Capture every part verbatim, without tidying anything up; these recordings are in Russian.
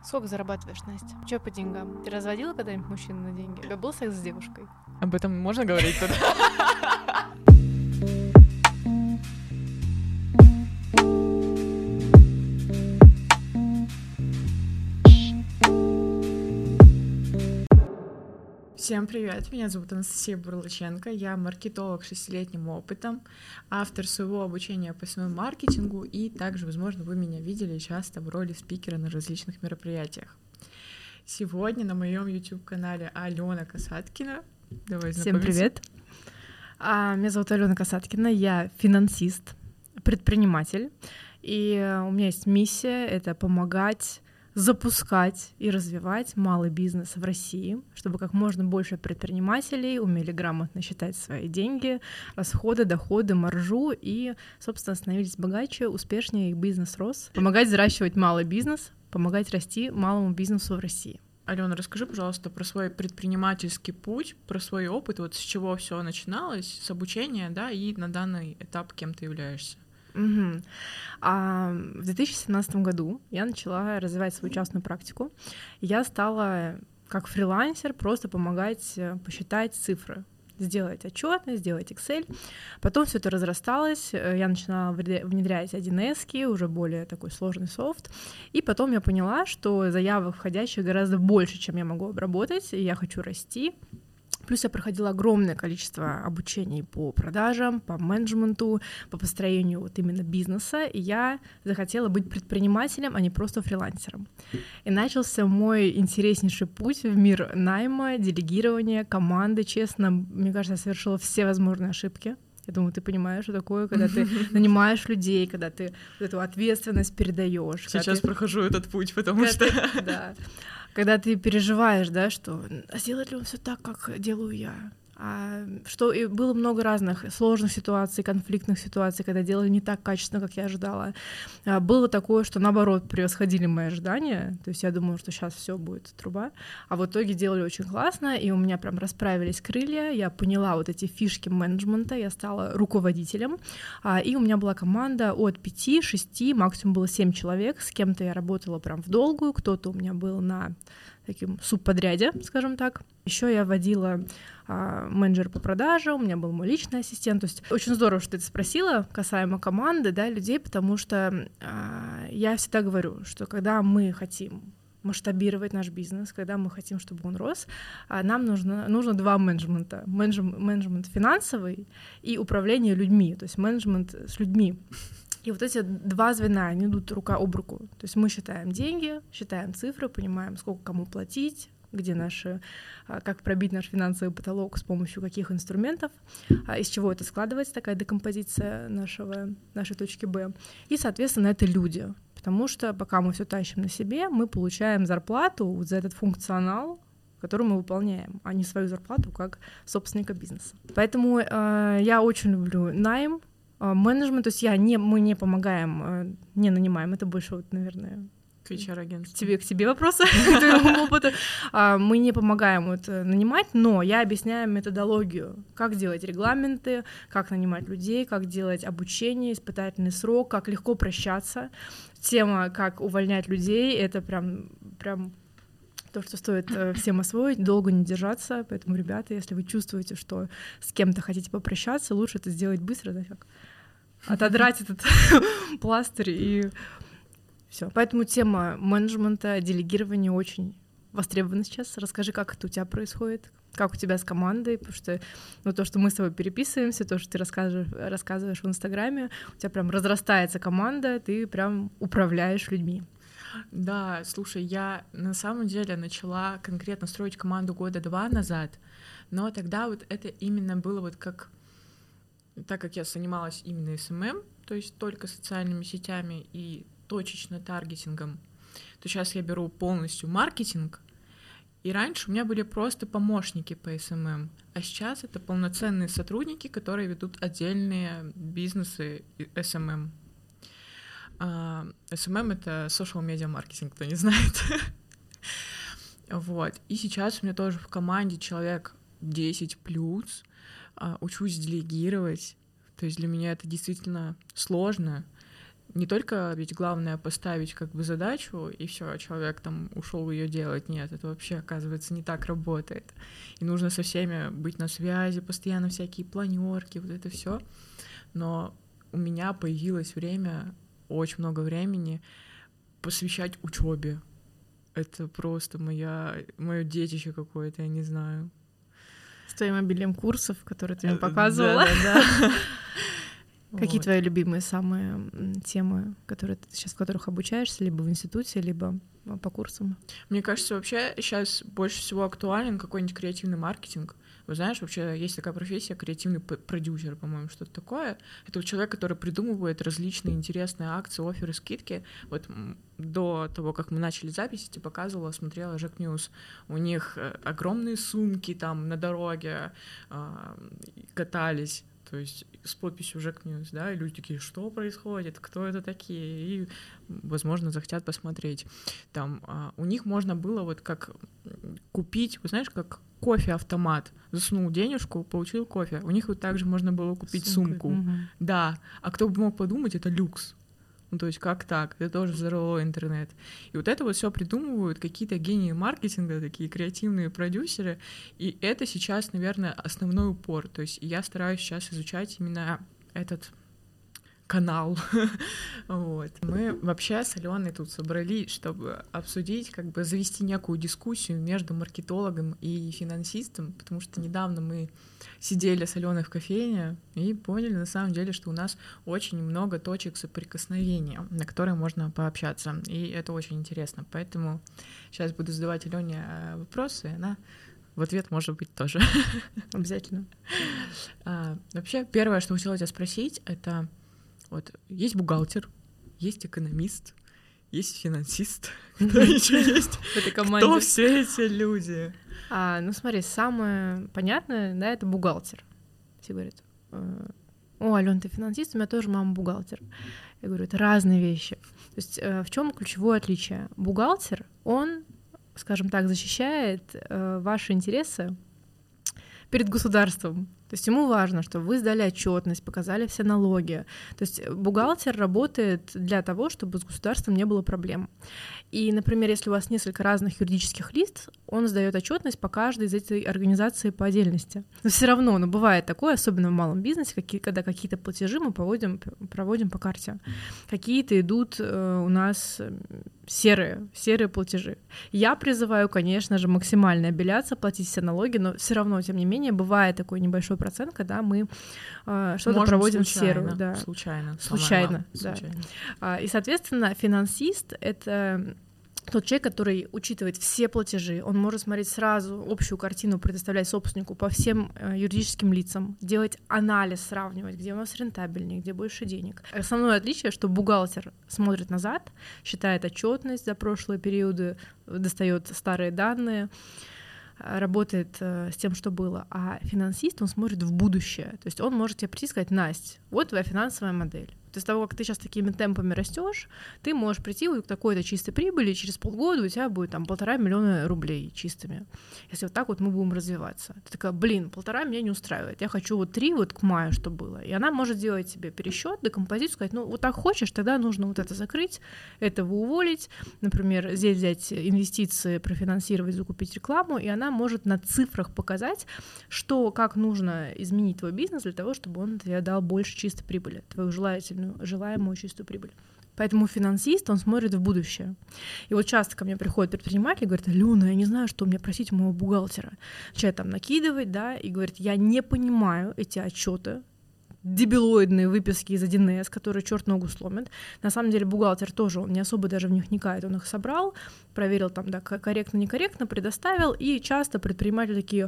Сколько зарабатываешь, Настя? Чё по деньгам? Ты разводила когда-нибудь мужчину на деньги? У тебя был секс с девушкой? Об этом можно говорить тогда? Всем привет, меня зовут Анастасия Бурлаченко, я маркетолог с шестилетним опытом, автор своего обучения по своему маркетингу, и также, возможно, вы меня видели часто в роли спикера на различных мероприятиях. Сегодня на моем YouTube-канале Алена Касаткина. Давай Всем привет. А, меня зовут Алена Касаткина, я финансист, предприниматель, и у меня есть миссия — это помогать запускать и развивать малый бизнес в России, чтобы как можно больше предпринимателей умели грамотно считать свои деньги, расходы, доходы, маржу и, собственно, становились богаче, успешнее, их бизнес рос. Помогать взращивать малый бизнес, помогать расти малому бизнесу в России. Алена, расскажи, пожалуйста, про свой предпринимательский путь, про свой опыт, вот с чего все начиналось, с обучения, да, и на данный этап кем ты являешься. Угу. А в две тысячи семнадцатом году я начала развивать свою частную практику. Я стала как фрилансер просто помогать посчитать цифры, сделать отчетность, сделать Excel. Потом все это разрасталось, я начинала внедрять один эс-ки, уже более такой сложный софт. И потом я поняла, что заявок входящих гораздо больше, чем я могу обработать, и я хочу расти. Плюс я проходила огромное количество обучений по продажам, по менеджменту, по построению вот именно бизнеса, и я захотела быть предпринимателем, а не просто фрилансером. И начался мой интереснейший путь в мир найма, делегирования, команды. Честно, мне кажется, я совершила все возможные ошибки. Я думаю, ты понимаешь, что такое, когда ты нанимаешь людей, когда ты вот эту ответственность передаешь. Сейчас ты... прохожу этот путь, потому когда что... Ты, да. Когда ты переживаешь, да, что сделает ли он все так, как делаю я. А что и было много разных сложных ситуаций, конфликтных ситуаций, когда делали не так качественно, как я ожидала. А было такое, что наоборот превосходили мои ожидания. То есть я думала, что сейчас все будет труба. А в итоге делали очень классно, и у меня прям расправились крылья. Я поняла вот эти фишки менеджмента, я стала руководителем. А, и у меня была команда от пяти, шести, максимум было семь человек. С кем-то я работала прям в долгую, кто-то у меня был на таким субподряде, скажем так. Еще я водила а, менеджера по продажам, у меня был мой личный ассистент. То есть очень здорово, что ты это спросила касаемо команды, да, людей, потому что а, я всегда говорю, что когда мы хотим масштабировать наш бизнес, когда мы хотим, чтобы он рос, а, нам нужно, нужно два менеджмента. Менеджмент, менеджмент финансовый и управление людьми, то есть менеджмент с людьми. И вот эти два звена, они идут рука об руку. То есть мы считаем деньги, считаем цифры, понимаем, сколько кому платить, где наши, как пробить наш финансовый потолок, с помощью каких инструментов, из чего это складывается, такая декомпозиция нашего, нашей точки Б. И, соответственно, это люди. Потому что пока мы все тащим на себе, мы получаем зарплату вот за этот функционал, который мы выполняем, а не свою зарплату как собственника бизнеса. Поэтому э, я очень люблю найм, менеджмент, то есть я не, мы не помогаем, не нанимаем, это больше, вот, наверное, к эйч ар-агентству. К тебе, к тебе вопросы, к твоему опыту. Мы не помогаем вот нанимать, но я объясняю методологию, как делать регламенты, как нанимать людей, как делать обучение, испытательный срок, как легко прощаться. Тема, как увольнять людей, это прям, прям то, что стоит всем освоить, долго не держаться. Поэтому, ребята, если вы чувствуете, что с кем-то хотите попрощаться, лучше это сделать быстро, да, как отодрать этот пластырь и все. Поэтому тема менеджмента, делегирования очень востребована сейчас. Расскажи, как это у тебя происходит, как у тебя с командой, потому что ну, то, что мы с тобой переписываемся, то, что ты рассказываешь, рассказываешь в Инстаграме, у тебя прям разрастается команда, ты прям управляешь людьми. Да, слушай, я на самом деле начала конкретно строить команду года два назад, но тогда вот это именно было вот как... Так как я занималась именно эс эм эм, то есть только социальными сетями и точечно таргетингом, то сейчас я беру полностью маркетинг, и раньше у меня были просто помощники по эс эм эм, а сейчас это полноценные сотрудники, которые ведут отдельные бизнесы эс эм эм. эс эм эм — это social media маркетинг, кто не знает. Вот. И сейчас у меня тоже в команде человек десять плюс, учусь делегировать. То есть для меня это действительно сложно. не только ведь главное поставить как бы задачу, и все, человек там ушел ее делать. Нет, это вообще, оказывается, не так работает. И нужно со всеми быть на связи, постоянно всякие планерки, вот это все. Но у меня появилось время, очень много времени посвящать учебе. Это просто моя, мое детище какое-то, я не знаю. С твоим обилием курсов, которые ты мне показывала. Да, да. Какие Вот. твои любимые самые темы, которые ты сейчас в которых обучаешься, либо в институте, либо по курсам? Мне кажется, вообще сейчас больше всего актуален какой-нибудь креативный маркетинг. Вы знаешь, вообще есть такая профессия — креативный продюсер, по-моему, что-то такое. Это вот человек, который придумывает различные интересные акции, офферы, скидки. Вот до того, как мы начали запись, я тебе показывала, смотрела Жек Ньюс. У них огромные сумки там на дороге э, катались. То есть с подписью Жек Ньюс, да, и люди такие, что происходит, кто это такие, и, возможно, захотят посмотреть. Там а, у них можно было вот как купить, вы знаешь, как кофе-автомат, засунул денежку, получил кофе. У них вот также можно было купить сумку. Угу. Да, а кто бы мог подумать, это люкс. Ну, то есть как так? Это тоже взорвало интернет. И вот это вот все придумывают какие-то гении маркетинга, такие креативные продюсеры, и это сейчас, наверное, основной упор. То есть я стараюсь сейчас изучать именно этот канал. Вот. Мы вообще с Аленой тут собрались, чтобы обсудить, как бы завести некую дискуссию между маркетологом и финансистом, потому что недавно мы сидели с Аленой в кофейне и поняли на самом деле, что у нас очень много точек соприкосновения, на которые можно пообщаться, и это очень интересно. Поэтому сейчас буду задавать Алене вопросы, и она в ответ, может быть, тоже. Обязательно. А, вообще, первое, что хотела тебя спросить, это вот есть бухгалтер, есть экономист, есть финансист, кто еще есть? В этой команде. Кто все эти люди? А, ну смотри, самое понятное, да, это бухгалтер. Все говорят, о, Алён, ты финансист, у меня тоже мама бухгалтер. Я говорю, это разные вещи. То есть в чем ключевое отличие? Бухгалтер, он, скажем так, защищает ваши интересы перед государством. То есть ему важно, чтобы вы сдали отчетность, показали все налоги. То есть бухгалтер работает для того, чтобы с государством не было проблем. И, например, если у вас несколько разных юридических лиц, он сдает отчетность по каждой из этой организации по отдельности. Но все равно, но бывает такое, особенно в малом бизнесе, какие, когда какие-то платежи мы проводим, проводим по карте. Какие-то идут э, у нас серые, серые платежи. Я призываю, конечно же, максимально обеляться, платить все налоги, но все равно, тем не менее, бывает такой небольшой процент, когда мы э, что-то Можем проводим случайно, в серую. Да. Случайно. Случайно, да. Случайно. А, и, соответственно, финансист — это тот человек, который учитывает все платежи, он может смотреть сразу общую картину, предоставлять собственнику по всем э, юридическим лицам, делать анализ, сравнивать, где у нас рентабельнее, где больше денег. Основное отличие, что бухгалтер смотрит назад, считает отчетность за прошлые периоды, достает старые данные, работает э, с тем, что было, а финансист, он смотрит в будущее. То есть он может тебе прийти и сказать: Настя, вот твоя финансовая модель. То есть того, как ты сейчас такими темпами растешь, ты можешь прийти вот к такой-то чистой прибыли, и через полгода у тебя будет там полтора миллиона рублей чистыми. Если вот так вот мы будем развиваться. Ты такая: блин, полтора меня не устраивает, я хочу вот три вот к маю, что было. И она может сделать тебе пересчет, декомпозицию, сказать: ну вот так хочешь, тогда нужно вот это закрыть, этого уволить, например, здесь взять инвестиции, профинансировать, закупить рекламу, и она может на цифрах показать, что, как нужно изменить твой бизнес для того, чтобы он тебе дал больше чистой прибыли, твою желательную желаемую чистую прибыль. Поэтому финансист, он смотрит в будущее. И вот часто ко мне приходят предприниматели и говорят: Алёна, я не знаю, что мне просить у моего бухгалтера. Начинает там накидывать, да, и говорит: я не понимаю эти отчеты, дебилоидные выписки из один эс, которые черт ногу сломят. На самом деле бухгалтер тоже, он не особо даже в них вникает, он их собрал, проверил там, да, корректно-некорректно, предоставил, и часто предприниматели такие: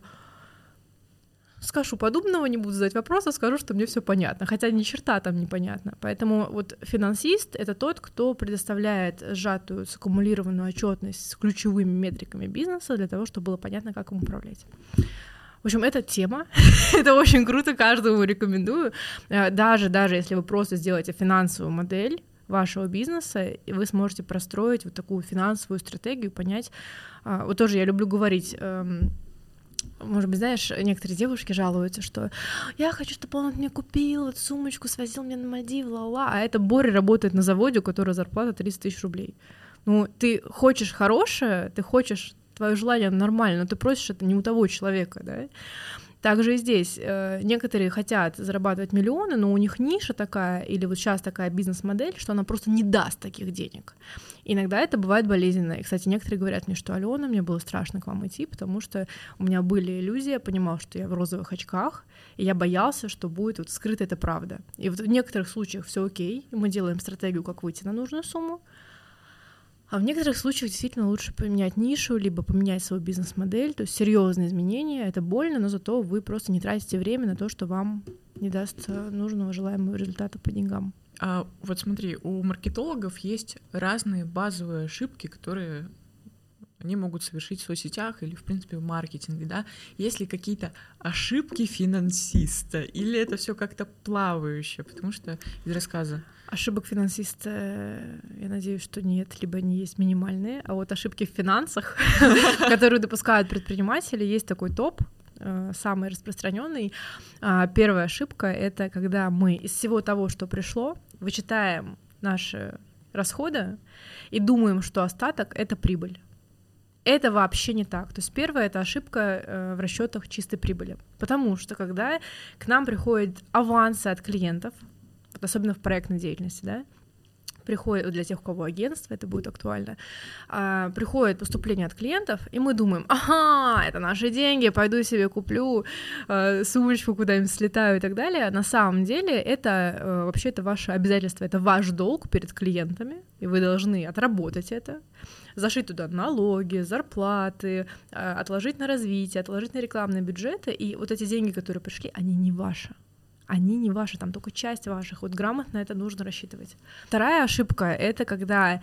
скажу подобного, не буду задать вопроса, скажу, что мне все понятно, хотя ни черта там непонятно. Поэтому вот финансист — это тот, кто предоставляет сжатую, саккумулированную отчетность с ключевыми метриками бизнеса для того, чтобы было понятно, как им управлять. В общем, это тема, это очень круто, каждому рекомендую. Даже, даже если вы просто сделаете финансовую модель вашего бизнеса, и вы сможете простроить вот такую финансовую стратегию, понять. Вот тоже я люблю говорить: может быть, знаешь, некоторые девушки жалуются, что я хочу, чтобы он мне купил вот сумочку, свозил меня на Мальдивы, ла-ла, а это Боря работает на заводе, у которого зарплата тридцать тысяч рублей. Ну, ты хочешь хорошее, ты хочешь, твое желание нормально, но ты просишь это не у того человека, да? Также и здесь э, некоторые хотят зарабатывать миллионы, но у них ниша такая, или вот сейчас такая бизнес-модель, что она просто не даст таких денег. Иногда это бывает болезненно. И, кстати, некоторые говорят мне, что Алена, мне было страшно к вам идти, потому что у меня были иллюзии, я понимал, что я в розовых очках, и я боялся, что будет вот скрыта эта правда. И вот в некоторых случаях все окей, мы делаем стратегию, как выйти на нужную сумму, а в некоторых случаях действительно лучше поменять нишу, либо поменять свою бизнес-модель, то есть серьезные изменения, это больно, но зато вы просто не тратите время на то, что вам не даст нужного желаемого результата по деньгам. А вот смотри, у маркетологов есть разные базовые ошибки, которые они могут совершить в соцсетях или, в принципе, в маркетинге, да? Есть ли какие-то ошибки финансиста, или это все как-то плавающее? Потому что из рассказа... Ошибок финансиста, я надеюсь, что нет, либо они есть минимальные, а вот ошибки в финансах, которые допускают предприниматели, есть такой топ, самый распространенный. Первая ошибка — это когда мы из всего того, что пришло, вычитаем наши расходы и думаем, что остаток — это прибыль. Это вообще не так. То есть первая — это ошибка в расчетах чистой прибыли. Потому что когда к нам приходят авансы от клиентов, особенно в проектной деятельности, да, приходит, для тех, у кого агентство, это будет актуально, а, приходит поступление от клиентов, и мы думаем, ага, это наши деньги, пойду себе куплю а, сумочку, куда-нибудь слетаю и так далее. На самом деле это а, вообще это ваше обязательство, это ваш долг перед клиентами, и вы должны отработать это, зашить туда налоги, зарплаты, а, отложить на развитие, отложить на рекламные бюджеты, и вот эти деньги, которые пришли, они не ваши. Они не ваши, там только часть ваших. Вот грамотно это нужно рассчитывать. Вторая ошибка — это когда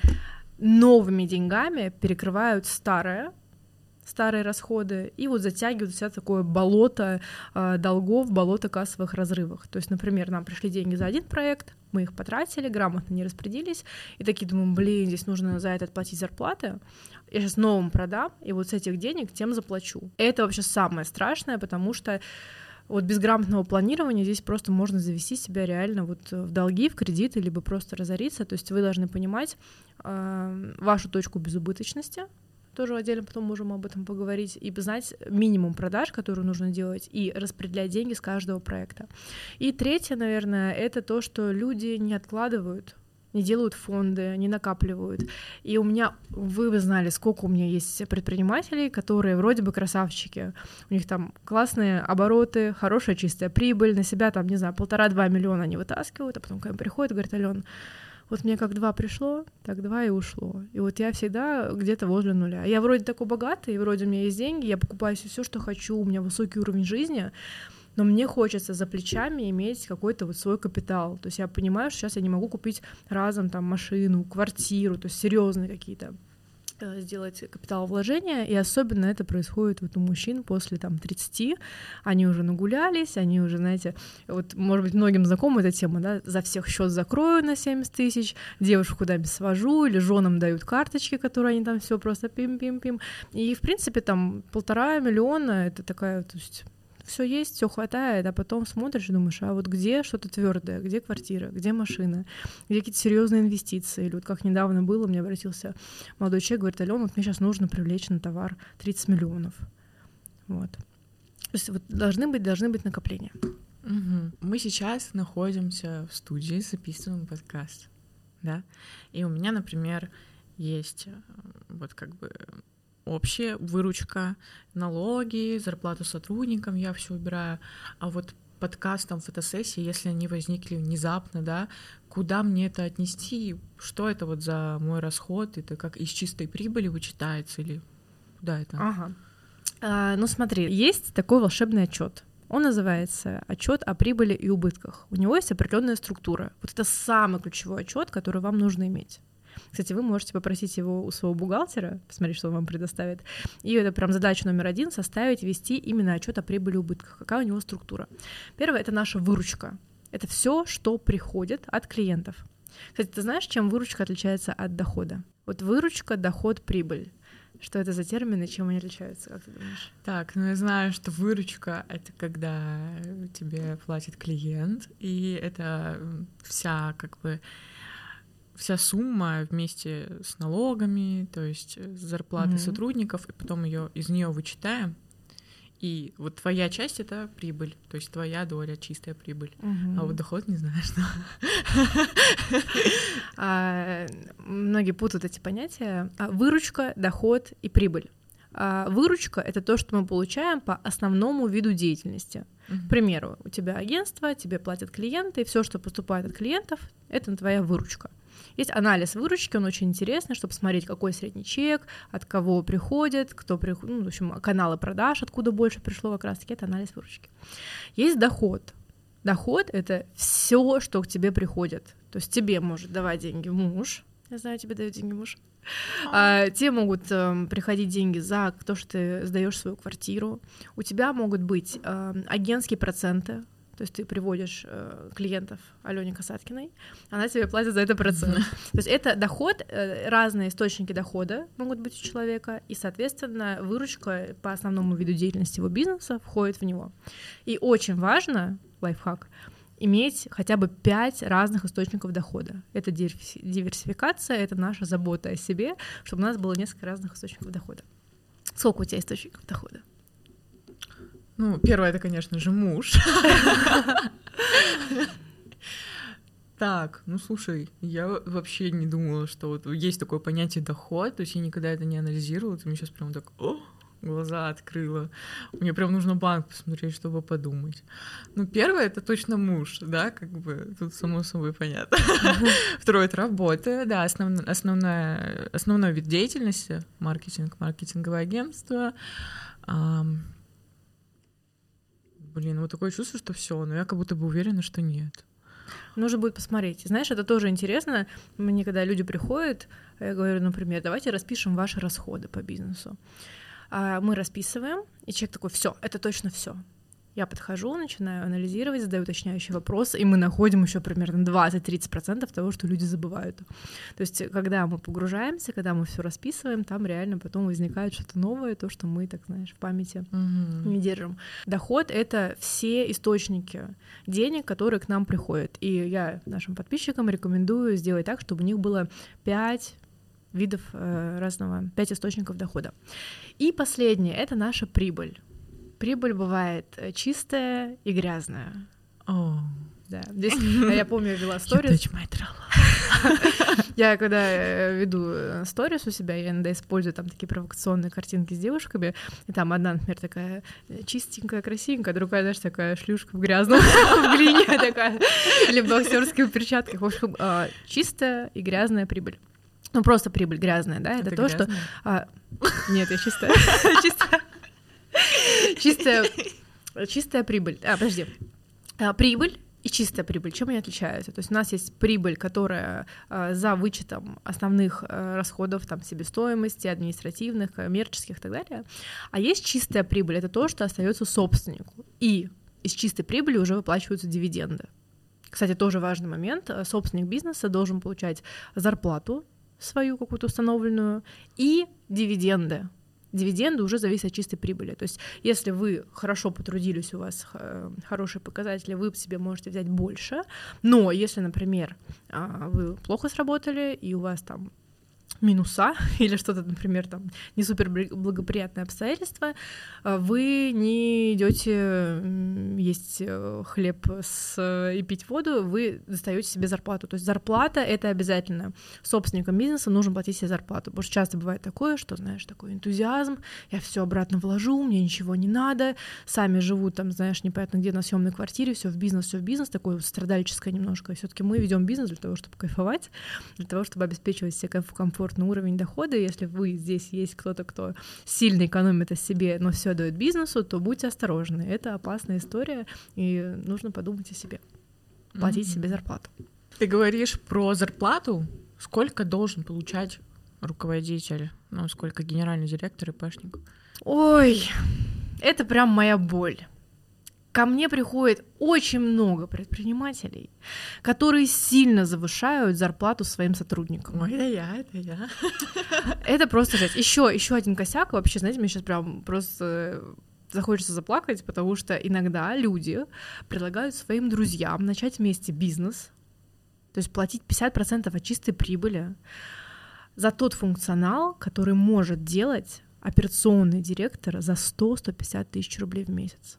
новыми деньгами перекрывают старое, старые расходы и вот затягивают себя такое болото э, долгов, болото кассовых разрывов. То есть, например, нам пришли деньги за один проект, мы их потратили, грамотно не распределились, и такие думаем, блин, здесь нужно за это платить зарплаты, я сейчас новым продам, и вот с этих денег тем заплачу. Это вообще самое страшное, потому что вот без грамотного планирования здесь просто можно завести себя реально вот в долги, в кредиты, либо просто разориться. То есть вы должны понимать э, вашу точку безубыточности, тоже отдельно потом можем об этом поговорить, и знать минимум продаж, которую нужно делать, и распределять деньги с каждого проекта. И третье, наверное, это то, что люди не откладывают, не делают фонды, не накапливают. И у меня, вы бы знали, сколько у меня есть предпринимателей, которые вроде бы красавчики. У них там классные обороты, хорошая чистая прибыль, на себя там, не знаю, полтора-два миллиона они вытаскивают, а потом ко мне приходят и говорят: Алён, вот мне как два пришло, так два и ушло. И вот я всегда где-то возле нуля. Я вроде такой богатый, вроде у меня есть деньги, я покупаю все, что хочу, у меня высокий уровень жизни, но мне хочется за плечами иметь какой-то вот свой капитал. То есть я понимаю, что сейчас я не могу купить разом там машину, квартиру, то есть серьезные какие-то сделать капиталовложения, и особенно это происходит вот у мужчин после там тридцати, они уже нагулялись, они уже, знаете, вот, может быть, многим знакома эта тема, да, за всех счет закрою на семьдесят тысяч, девушку куда-нибудь свожу, или женам дают карточки, которые они там все просто пим-пим-пим, и, в принципе, там полтора миллиона, это такая, то есть все есть, все хватает, а потом смотришь и думаешь, а вот где что-то твердое, где квартира, где машина, где какие-то серьезные инвестиции. Или вот как недавно было, мне обратился молодой человек, говорит: Алёна, вот мне сейчас нужно привлечь на товар тридцать миллионов. Вот. То есть вот должны быть, должны быть накопления. Угу. Мы сейчас находимся в студии, записываем подкаст, да, и у меня, например, есть вот как бы общая выручка, налоги, зарплату сотрудникам, я все убираю. А вот подкастом, фотосессии, если они возникли внезапно, да, куда мне это отнести? Что это вот за мой расход? Это как из чистой прибыли вычитается или куда это? Ага. А, ну смотри, есть такой волшебный отчет. Он называется «Отчет о прибыли и убытках». У него есть определенная структура. Вот это самый ключевой отчет, который вам нужно иметь. Кстати, вы можете попросить его у своего бухгалтера, посмотреть, что он вам предоставит, и это прям задача номер один — составить, вести именно отчет о прибыли и убытках. Какая у него структура? Первое — это наша выручка. Это все, что приходит от клиентов. Кстати, ты знаешь, чем выручка отличается от дохода? Вот выручка, доход, прибыль. Что это за термины, чем они отличаются, как ты думаешь? Так, ну я знаю, что выручка — это когда тебе платит клиент, и это вся как бы вся сумма вместе с налогами, то есть с зарплатой mm-hmm. сотрудников, и потом ее из нее вычитаем. И вот твоя часть — это прибыль, то есть твоя доля — чистая прибыль. Uh-huh. А вот доход не знаю, что. а, многие путают эти понятия. Выручка, доход и прибыль. А выручка — это то, что мы получаем по основному виду деятельности. Uh-huh. К примеру, у тебя агентство, тебе платят клиенты, и все, что поступает от клиентов, это твоя выручка. Есть анализ выручки, он очень интересный, чтобы смотреть, какой средний чек, от кого приходит, кто приходит, ну, в общем, каналы продаж, откуда больше пришло, как раз-таки это анализ выручки. Есть доход. Доход — это все, что к тебе приходит. То есть тебе может давать деньги муж, я знаю, тебе дают деньги муж, а, тебе могут э, приходить деньги за то, что ты сдаешь свою квартиру, у тебя могут быть э, агентские проценты. То есть ты приводишь э, клиентов Алёне Касаткиной, она тебе платит за это процент. То есть это доход, э, разные источники дохода могут быть у человека, и, соответственно, выручка по основному виду деятельности его бизнеса входит в него. И очень важно, лайфхак, иметь хотя бы пять разных источников дохода. Это диверсификация, это наша забота о себе, чтобы у нас было несколько разных источников дохода. Сколько у тебя источников дохода? Ну, первое — это, конечно же, муж. Так, ну слушай, я вообще не думала, что вот есть такое понятие доход, то есть я никогда это не анализировала, ты мне сейчас прям так о, глаза открыла. Мне прям нужно банк посмотреть, чтобы подумать. Ну, первое — это точно муж, да, как бы тут само собой понятно. Второе — это работа, да, основ, основная, основной вид деятельности, маркетинг, маркетинговое агентство. Блин, вот такое чувство, что все, но я как будто бы уверена, что нет. Нужно будет посмотреть. Знаешь, это тоже интересно. Мне, когда люди приходят, я говорю, например, давайте распишем ваши расходы по бизнесу. Мы расписываем, и человек такой: все, это точно все. Я подхожу, начинаю анализировать, задаю уточняющие вопросы, и мы находим еще примерно двадцать-тридцать процентов того, что люди забывают. То есть, когда мы погружаемся, когда мы все расписываем, там реально потом возникает что-то новое, то, что мы, так знаешь, в памяти mm-hmm. не держим. Доход — это все источники денег, которые к нам приходят. И я нашим подписчикам рекомендую сделать так, чтобы у них было пять видов э, разного, пять источников дохода. И последнее — это наша прибыль. Прибыль бывает чистая и грязная. Oh. Да. Здесь, я помню, я вела сторис. Я когда веду сторис у себя, я иногда использую там такие провокационные картинки с девушками, и там одна, например, такая чистенькая, красивенькая, другая, знаешь, такая шлюшка в грязном, в глине такая, или в боксерских перчатках. В общем, чистая и грязная прибыль. Ну, просто прибыль грязная, да, это то, что... Нет, я чистая. Чистая. Чистая, чистая прибыль. А, подожди. А, прибыль и чистая прибыль. Чем они отличаются? То есть у нас есть прибыль, которая а, за вычетом основных а, расходов, там, себестоимости, административных, коммерческих и так далее. А есть чистая прибыль. Это то, что остается собственнику. И из чистой прибыли уже выплачиваются дивиденды. Кстати, тоже важный момент. Собственник бизнеса должен получать зарплату свою какую-то установленную и дивиденды. Дивиденды уже зависят от чистой прибыли. То есть если вы хорошо потрудились, у вас хорошие показатели, вы себе можете взять больше. Но если, например, вы плохо сработали, и у вас там минуса или что-то, например, там не супер благоприятное обстоятельство, вы не идете есть хлеб с, и пить воду, вы достаете себе зарплату. То есть зарплата — это обязательно. Собственникам бизнеса нужно платить себе зарплату, потому что часто бывает такое, что, знаешь, такой энтузиазм, я все обратно вложу, мне ничего не надо, сами живут там, знаешь, непонятно где, на съемной квартире, все в бизнес, все в бизнес, такое страдальческое немножко. Все-таки мы ведем бизнес для того, чтобы кайфовать, для того, чтобы обеспечивать себе комфорт на уровень дохода. Если вы здесь есть кто-то, кто сильно экономит о себе, но все дает бизнесу, то будьте осторожны. Это опасная история, и нужно подумать о себе. Платить mm-hmm. себе зарплату. Ты говоришь про зарплату. Сколько должен получать руководитель? Ну, сколько генеральный директор и пэшник? Ой, это прям моя боль. ко мне приходит очень много предпринимателей, которые сильно завышают зарплату своим сотрудникам. Ой, это я, это я. Это просто жесть. Еще, еще один косяк вообще, знаете, мне сейчас прям просто захочется заплакать, потому что иногда люди предлагают своим друзьям начать вместе бизнес, то есть платить пятьдесят процентов от чистой прибыли за тот функционал, который может делать операционный директор за сто - сто пятьдесят тысяч рублей в месяц.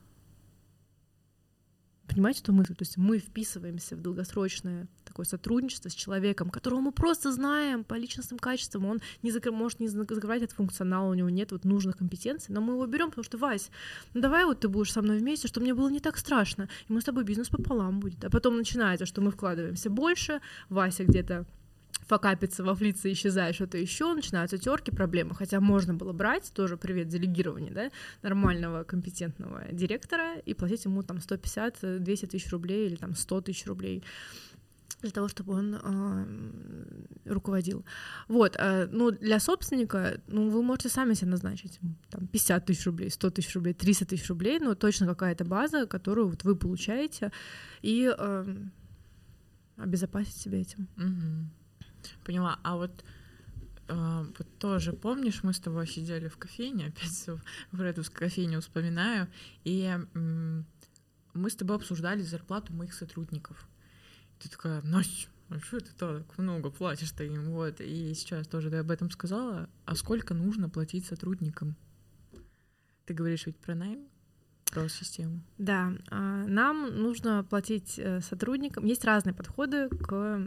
Понимаете, что мы, то есть мы вписываемся в долгосрочное такое сотрудничество с человеком, которого мы просто знаем по личностным качествам, он не закр... может не закрывать этот функционал, у него нет вот нужных компетенций, но мы его берем, потому что, Вась, ну давай вот ты будешь со мной вместе, чтобы мне было не так страшно, и мы с тобой бизнес пополам будет. А потом начинается, что мы вкладываемся больше, Вася где-то факапится, во флице исчезает что-то еще, начинаются терки, проблемы. Хотя можно было брать, тоже привет делегирование, да, нормального компетентного директора и платить ему там сто пятьдесят - двести тысяч рублей или там сто тысяч рублей для того, чтобы он э, руководил. Вот, э, ну, для собственника, ну, вы можете сами себе назначить там пятьдесят тысяч рублей, сто тысяч рублей, триста тысяч рублей, но точно какая-то база, которую вот вы получаете, и э, обезопасить себя этим. Угу. Поняла. А вот, э, вот тоже, помнишь, мы с тобой сидели в кофейне, опять в эту кофейню вспоминаю, и м- мы с тобой обсуждали зарплату моих сотрудников. Ты такая, Настя, а что ты так много платишь-то им? Вот. И сейчас тоже ты об этом сказала. А сколько нужно платить сотрудникам? Ты говоришь ведь про найм? Про систему. Да, нам нужно платить сотрудникам. Есть разные подходы к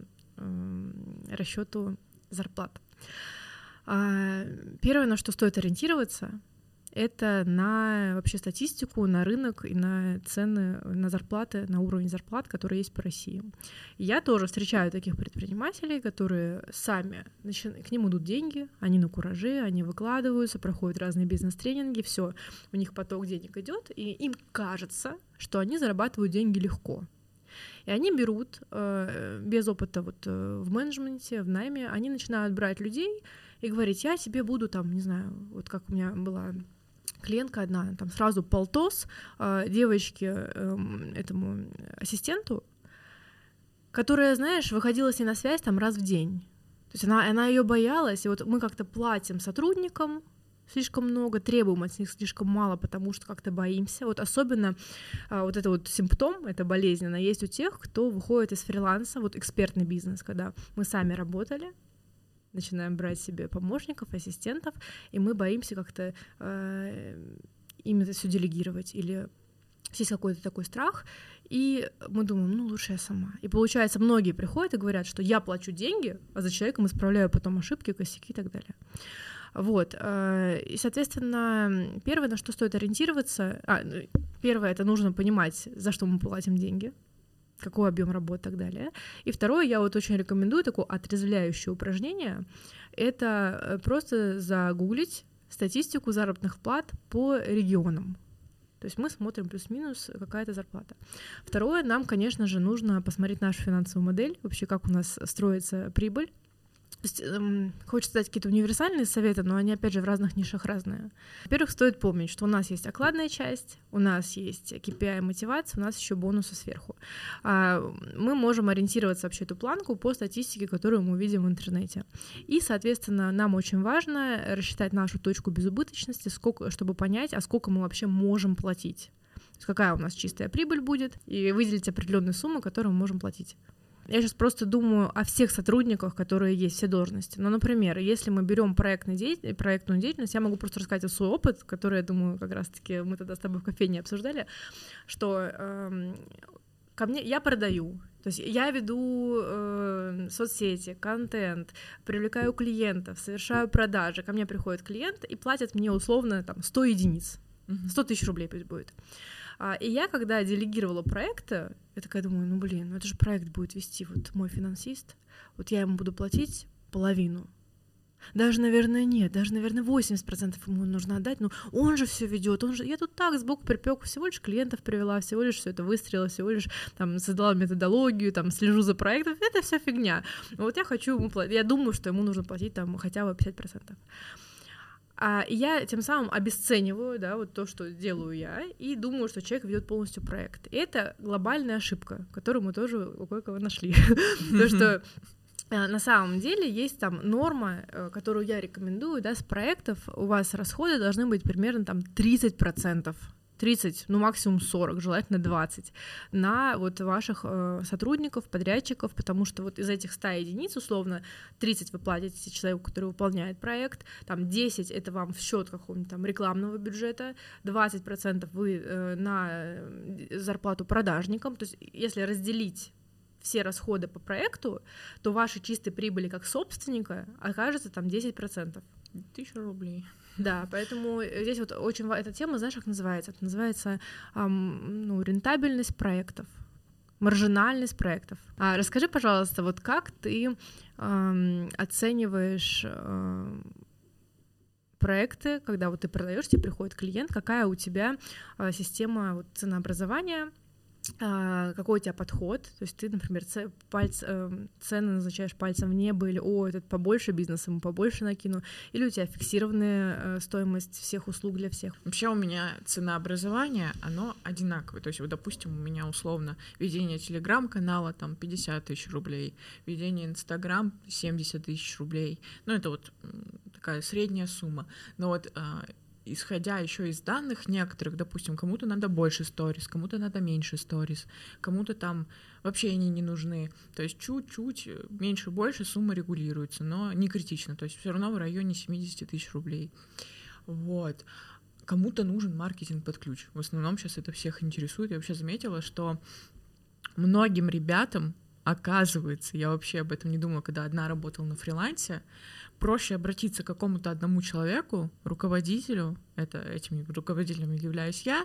расчету зарплат. Первое, на что стоит ориентироваться, это на вообще статистику, на рынок и на цены, на зарплаты, на уровень зарплат, которые есть по России. И я тоже встречаю таких предпринимателей, которые сами, к ним идут деньги, они на кураже, они выкладываются, проходят разные бизнес-тренинги, все, у них поток денег идет, и им кажется, что они зарабатывают деньги легко. И они берут э, без опыта вот, э, в менеджменте, в найме, они начинают брать людей и говорить, я тебе буду там, не знаю, вот как у меня была клиентка одна, там сразу полтос э, девочке, э, этому ассистенту, которая, знаешь, выходила с ней на связь там раз в день. То есть она, она ее боялась, и вот мы как-то платим сотрудникам слишком много, требуем от них слишком мало, потому что как-то боимся. Вот особенно а, вот это вот симптом, это болезненно, есть у тех, кто выходит из фриланса, вот экспертный бизнес, когда мы сами работали, начинаем брать себе помощников, ассистентов, и мы боимся как-то э, им это все делегировать, или есть какой-то такой страх, и мы думаем, ну лучше я сама. И получается, многие приходят и говорят, что я плачу деньги, а за человеком исправляю потом ошибки, косяки и так далее. Вот, и, соответственно, первое, на что стоит ориентироваться, а, первое, это нужно понимать, за что мы платим деньги, какой объем работы и так далее. И второе, я вот очень рекомендую такое отрезвляющее упражнение, это просто загуглить статистику заработных плат по регионам. То есть мы смотрим плюс-минус какая-то зарплата. Второе, нам, конечно же, нужно посмотреть нашу финансовую модель, вообще как у нас строится прибыль. То есть, эм, хочется дать какие-то универсальные советы, но они, опять же, в разных нишах разные. Во-первых, стоит помнить, что у нас есть окладная часть, у нас есть кей пи ай-мотивация, у нас еще бонусы сверху. А мы можем ориентироваться вообще эту планку по статистике, которую мы видим в интернете. И, соответственно, нам очень важно рассчитать нашу точку безубыточности, сколько, чтобы понять, а сколько мы вообще можем платить. То есть какая у нас чистая прибыль будет, и выделить определенные суммы, которые мы можем платить. Я сейчас просто думаю о всех сотрудниках, которые есть, все должности. Ну, например, если мы берем проектную деятельность, я могу просто рассказать о свой опыт, который, я думаю, как раз-таки мы тогда с тобой в кофейне обсуждали, что э, ко мне я продаю, то есть я веду э, соцсети, контент, привлекаю клиентов, совершаю продажи. Ко мне приходит клиент и платят мне условно там сто единиц, сто тысяч рублей пусть будет. И я, когда делегировала проекты, я такая думаю, ну блин, ну это же проект будет вести вот мой финансист, вот я ему буду платить половину. Даже, наверное, нет, даже, наверное, восемьдесят процентов ему нужно отдать, но он же все ведет, он же, я тут так сбоку припек, всего лишь клиентов привела, всего лишь все это выстрелила, всего лишь там создала методологию, там слежу за проектом, это вся фигня. Вот я хочу ему платить, я думаю, что ему нужно платить там хотя бы пятьдесят процентов. А я тем самым обесцениваю, да, вот то, что делаю я, и думаю, что человек ведет полностью проект. И это глобальная ошибка, которую мы тоже у кое-кого нашли. Потому что на самом деле есть там норма, которую я рекомендую, да, с проектов у вас расходы должны быть примерно там тридцать процентов. тридцать, ну максимум сорок, желательно двадцать, на вот ваших э, сотрудников, подрядчиков, потому что вот из этих ста единиц, условно, тридцать вы платите человеку, который выполняет проект, там десять это вам в счет какого-нибудь там рекламного бюджета, двадцать процентов вы э, на зарплату продажникам, то есть если разделить все расходы по проекту, то вашей чистой прибыли как собственника окажется там десять процентов. Тысяча рублей. Да, поэтому здесь вот очень эта тема, знаешь, как называется? Это называется эм, ну, рентабельность проектов, маржинальность проектов. А расскажи, пожалуйста, вот как ты эм, оцениваешь э, проекты, когда вот ты продаешь, тебе приходит клиент, какая у тебя э, система вот, ценообразования, какой у тебя подход, то есть ты, например, пальц, цены назначаешь пальцем в небо, или «О, этот побольше бизнес, ему побольше накину», или у тебя фиксированная стоимость всех услуг для всех? Вообще у меня ценообразование, оно одинаковое, то есть вот, допустим, у меня условно ведение телеграм-канала там пятьдесят тысяч рублей, ведение инстаграм семьдесят тысяч рублей, ну это вот такая средняя сумма, но вот исходя еще из данных некоторых, допустим, кому-то надо больше сторис, кому-то надо меньше сторис, кому-то там вообще они не нужны. То есть чуть-чуть меньше-больше сумма регулируется, но не критично. То есть все равно в районе семьдесят тысяч рублей. Вот. Кому-то нужен маркетинг под ключ. В основном сейчас это всех интересует. Я вообще заметила, что многим ребятам, оказывается, я вообще об этом не думала, когда одна работала на фрилансе, проще обратиться к какому-то одному человеку, руководителю, это этим руководителем являюсь я,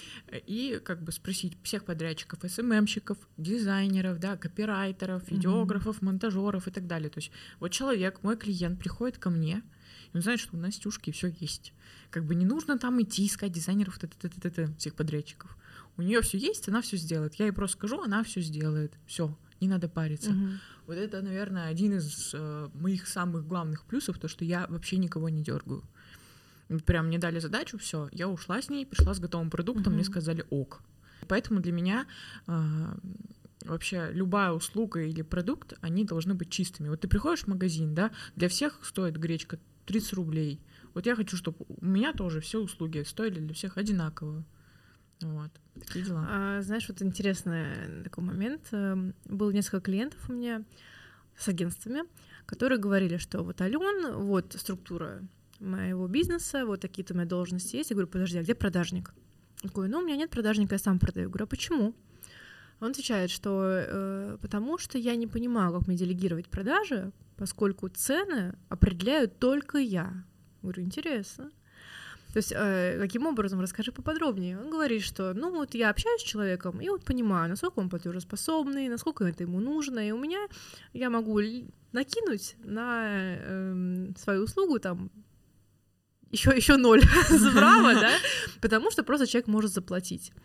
и как бы спросить всех подрядчиков, эс эм эм-щиков, дизайнеров, да, копирайтеров, видеографов, mm-hmm. монтажеров и так далее. То есть вот человек, мой клиент приходит ко мне, и он знает, что у Настюшки все есть. Как бы не нужно там идти искать дизайнеров, т-т-т-т-т, всех подрядчиков. У нее все есть, она все сделает. Я ей просто скажу, она все сделает. Все. Не надо париться. Mm-hmm. Вот это, наверное, один из э, моих самых главных плюсов, то, что я вообще никого не дергаю. Прям мне дали задачу, все, я ушла с ней, пришла с готовым продуктом, mm-hmm. мне сказали ок. Поэтому для меня э, вообще любая услуга или продукт, они должны быть чистыми. Вот ты приходишь в магазин, да, для всех стоит гречка тридцать рублей. Вот я хочу, чтобы у меня тоже все услуги стоили для всех одинаково. Вот, такие дела. А, знаешь, вот интересный такой момент. Было несколько клиентов у меня с агентствами, которые говорили, что вот, Алён, вот структура моего бизнеса, вот такие-то у меня должности есть. Я говорю, подожди, а где продажник? Он такой, ну, у меня нет продажника, я сам продаю. Я говорю, а почему? Он отвечает, что э, потому что я не понимаю, как мне делегировать продажи, поскольку цены определяю только я. Я говорю, интересно. То есть, э, каким образом, расскажи поподробнее. Он говорит, что, ну, вот я общаюсь с человеком, и вот понимаю, насколько он платежеспособный, насколько это ему нужно, и у меня я могу накинуть на э, свою услугу там еще, еще ноль справа, да, потому что просто человек может заплатить.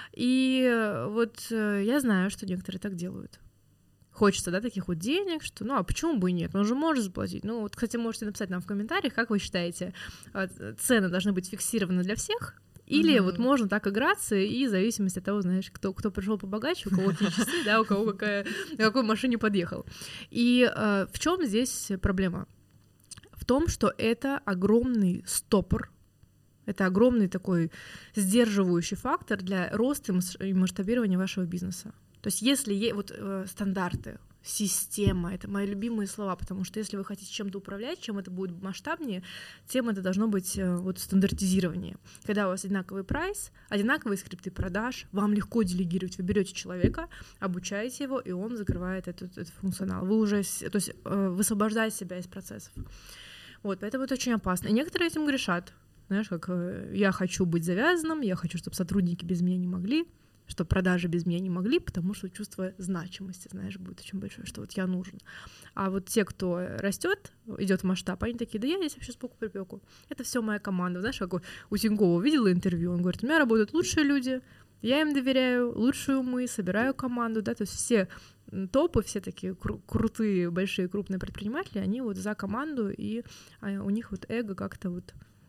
И вот э, я знаю, что некоторые так делают. Хочется, да, таких вот денег, что, ну, а почему бы и нет? Он же может заплатить. Ну, вот, кстати, можете написать нам в комментариях, как вы считаете, цены должны быть фиксированы для всех? Или mm-hmm. вот можно так играться, и в зависимости от того, знаешь, кто, кто пришел побогаче, у кого какие часы, да, у кого какая, на какой машине подъехал. И э, в чем здесь проблема? В том, что это огромный стопор, это огромный такой сдерживающий фактор для роста и масштабирования вашего бизнеса. То есть если есть вот э, стандарты, система, это мои любимые слова, потому что если вы хотите чем-то управлять, чем это будет масштабнее, тем это должно быть э, вот стандартизирование. Когда у вас одинаковый прайс, одинаковые скрипты продаж, вам легко делегировать. Вы берете человека, обучаете его, и он закрывает этот, этот функционал. Вы уже, то есть э, высвобождаете себя из процессов. Вот, поэтому это очень опасно. И некоторые этим грешат. Знаешь, как э, я хочу быть завязанным, я хочу, чтобы сотрудники без меня не могли, что продажи без меня не могли, потому что чувство значимости, знаешь, будет очень большое, что вот я нужен. А вот те, кто растет, идет в масштаб, они такие, да я здесь вообще сбоку припеку. Это все моя команда. Знаешь, как у Тинькова видела интервью, он говорит, у меня работают лучшие люди, я им доверяю, лучшие умы, собираю команду, да, то есть все топы, все такие кру- крутые, большие, крупные предприниматели, они вот за команду, и у них вот эго как-то вот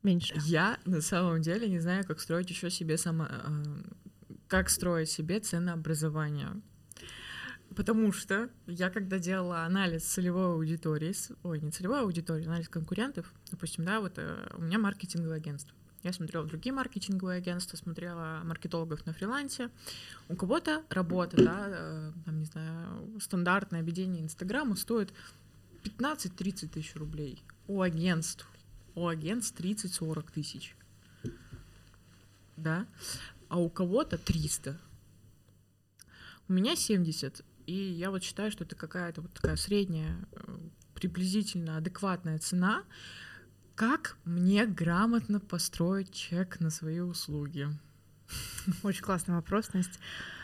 Меньше. Я на самом деле не знаю, как строить еще себе само... как строить себе ценообразование. Потому что я, когда делала анализ целевой аудитории, ой, не целевой аудитории, анализ конкурентов, допустим, да, вот э, у меня маркетинговое агентство. Я смотрела другие маркетинговые агентства, смотрела маркетологов на фрилансе. У кого-то работа, да, э, там, не знаю, стандартное ведение Инстаграма стоит пятнадцать-тридцать тысяч рублей. У агентств. У агентств тридцать-сорок тысяч. Да? А у кого-то триста. У меня семьдесят. И я вот считаю, что это какая-то вот такая средняя, приблизительно адекватная цена. Как мне грамотно построить чек на свои услуги? Очень классный вопрос, Настя.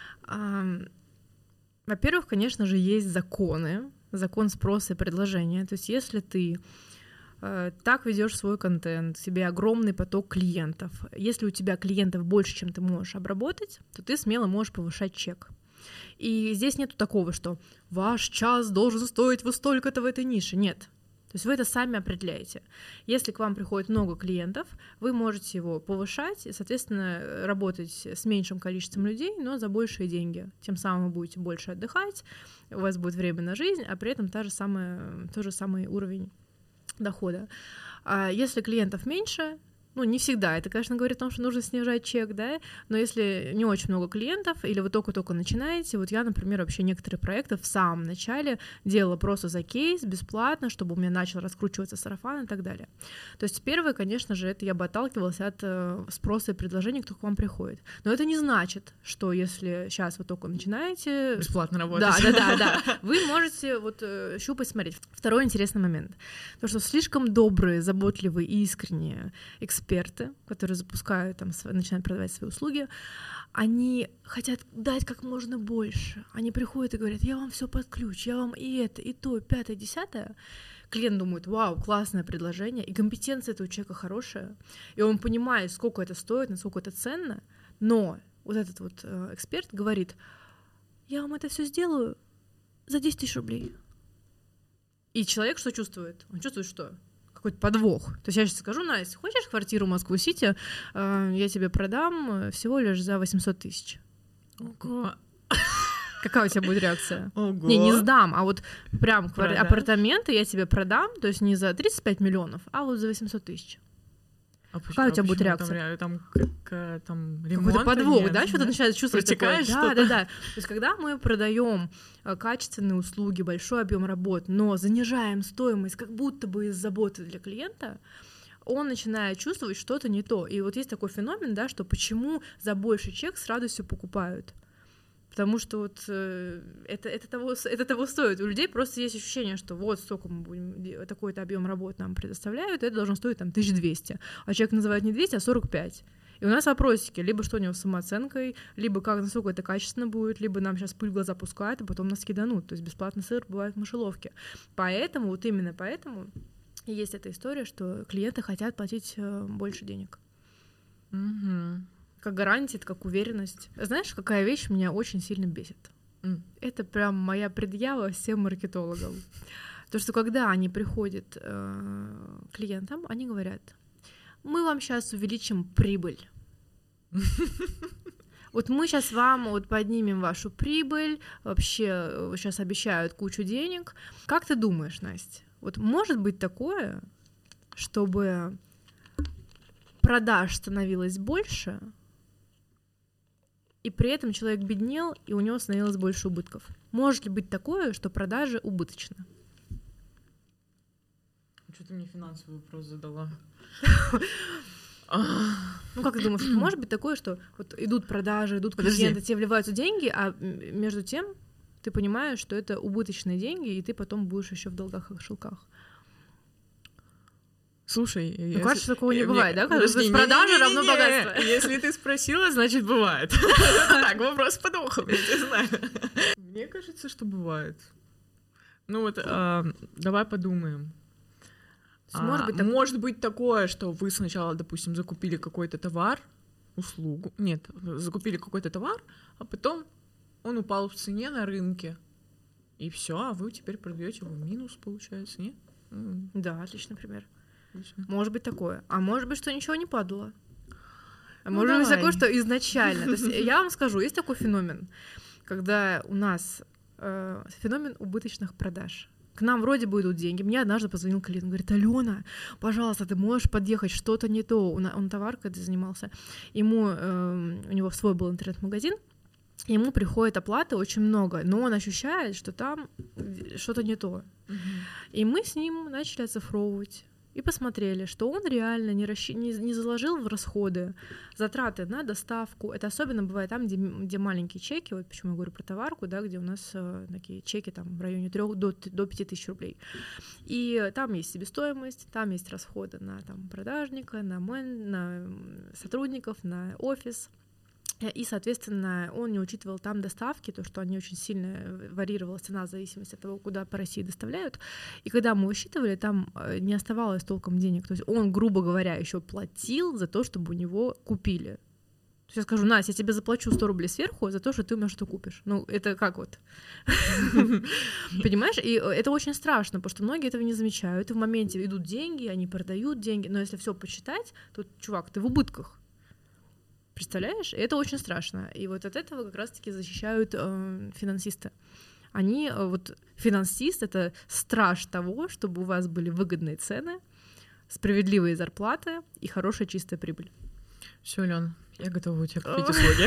Во-первых, конечно же, есть законы, закон спроса и предложения. То есть если ты так ведешь свой контент, у тебя огромный поток клиентов, если у тебя клиентов больше, чем ты можешь обработать, то ты смело можешь повышать чек. И здесь нету такого, что ваш час должен стоить вот столько-то в этой нише. Нет. То есть вы это сами определяете. Если к вам приходит много клиентов, вы можете его повышать и, соответственно, работать с меньшим количеством людей, но за большие деньги. Тем самым вы будете больше отдыхать, у вас будет время на жизнь, а при этом та же самая, тот же самый уровень дохода. А если клиентов меньше, ну, не всегда. Это, конечно, говорит о том, что нужно снижать чек, да, но если не очень много клиентов, или вы только-только начинаете, вот я, например, вообще некоторые проекты в самом начале делала просто за кейс, бесплатно, чтобы у меня начал раскручиваться сарафан и так далее. То есть первое, конечно же, это я бы отталкивалась от э, спроса и предложений, кто к вам приходит. Но это не значит, что если сейчас вы только начинаете... Бесплатно работать. Да, да, да, да. Вы можете вот э, щупать, смотреть. Второй интересный момент. То, что слишком добрые, заботливые и искренние эксперты, эксперты, которые запускают, там, начинают продавать свои услуги, они хотят дать как можно больше. Они приходят и говорят, я вам все под ключ, я вам и это, и то, пятое, десятое. Клиент думает, вау, классное предложение, и компетенция этого человека хорошая, и он понимает, сколько это стоит, насколько это ценно, но вот этот вот э, эксперт говорит, я вам это все сделаю за десять тысяч рублей. И человек что чувствует? Он чувствует, что какой-то подвох. То есть я сейчас скажу, Настя, хочешь квартиру в Москву-Сити, э, я тебе продам всего лишь за восемьсот тысяч. Ого. Какая у тебя будет реакция? Ого. Не, не сдам, а вот прям квар... Продать? апартаменты я тебе продам, то есть не за тридцать пять миллионов, а вот за восемьсот тысяч. А Какая а у тебя будет почему реакция? Там, там, как, там ремонт. Какой-то подвох, нет, да, что-то да? начинает чувствовать такое. Протекает Да, что-то? да, да. То есть когда мы продаем качественные услуги, большой объем работ, но занижаем стоимость как будто бы из заботы для клиента, он начинает чувствовать что-то не то. И вот есть такой феномен, да, что почему за больший чек с радостью покупают. Потому что вот э, это, это, того, это того стоит. У людей просто есть ощущение, что вот столько мы будем, такой-то объем работ нам предоставляют, и это должно стоить там тысяча двести. А человек называет не двести, а сорок пять. И у нас вопросики, либо что у него с самооценкой, либо как, насколько это качественно будет, либо нам сейчас пыль в глаза пускают, а потом нас киданут. То есть бесплатный сыр бывает в мышеловке. Поэтому, вот именно поэтому есть эта история, что клиенты хотят платить больше денег. Угу. Как гарантия, как уверенность. Знаешь, какая вещь меня очень сильно бесит? Mm. Это прям моя предъява всем маркетологам. То, что когда они приходят э, к клиентам, они говорят, мы вам сейчас увеличим прибыль. Вот мы сейчас вам вот поднимем вашу прибыль, вообще сейчас обещают кучу денег. Как ты думаешь, Настя, вот может быть такое, чтобы продаж становилось больше, и при этом человек беднел, и у него становилось больше убытков? Может ли быть такое, что продажи убыточны? Что ты мне финансовый вопрос задала? Ну, как ты думаешь, может быть такое, что вот идут продажи, идут Подожди. клиенты, тебе вливаются деньги, а между тем ты понимаешь, что это убыточные деньги, и ты потом будешь еще в долгах и в шелках? Слушай, ну, если... кажется, такого не бывает, да? Подожди, Когда продажа равно не-не-не-не. богатство. Если ты спросила, значит, бывает. Так, вопрос подвохом, я не знаю. Мне кажется, что бывает. Ну вот, давай подумаем. Может быть, так... Может быть такое, что вы сначала, допустим, закупили какой-то товар, услугу, нет, закупили какой-то товар, а потом он упал в цене на рынке, и все, а вы теперь продаете его в минус, получается, нет? Да, отличный пример. Может быть такое. А может быть, что ничего не падало. А Ну, может быть давай. такое, что изначально. То есть я вам скажу, есть такой феномен, когда у нас э, феномен убыточных продаж. К нам вроде бы идут деньги. Мне однажды позвонил клиент, говорит: Алена, пожалуйста, ты можешь подъехать, что-то не то. Он, он товаркой занимался. Ему, э, у него свой был интернет-магазин, ему приходит оплаты очень много, но он ощущает, что там что-то не то. Мгм. И мы с ним начали оцифровывать. И посмотрели, что он реально не, расщ... не, не заложил в расходы затраты на доставку. Это особенно бывает там, где, где маленькие чеки, вот почему я говорю про товарку, да, где у нас э, такие чеки там в районе трёх до, до пяти тысяч рублей. И там есть себестоимость, там есть расходы на там, продажника, на, мен... на сотрудников, на офис. И, соответственно, он не учитывал там доставки, то, что они очень сильно варьировалась цена в зависимости от того, куда по России доставляют. И когда мы высчитывали, там не оставалось толком денег. То есть он, грубо говоря, еще платил за то, чтобы у него купили. То есть я скажу: Настя, я тебе заплачу сто рублей сверху за то, что ты у меня что купишь. Ну, это как вот? Понимаешь? И это очень страшно, потому что многие этого не замечают. И в моменте идут деньги, они продают деньги. Но если все посчитать, то, чувак, ты в убытках. Представляешь? И это очень страшно. И вот от этого как раз-таки защищают э, финансисты. Они, э, вот финансист — это страж того, чтобы у вас были выгодные цены, справедливые зарплаты и хорошая чистая прибыль. Все, Лен, я готова у тебя купить услуги.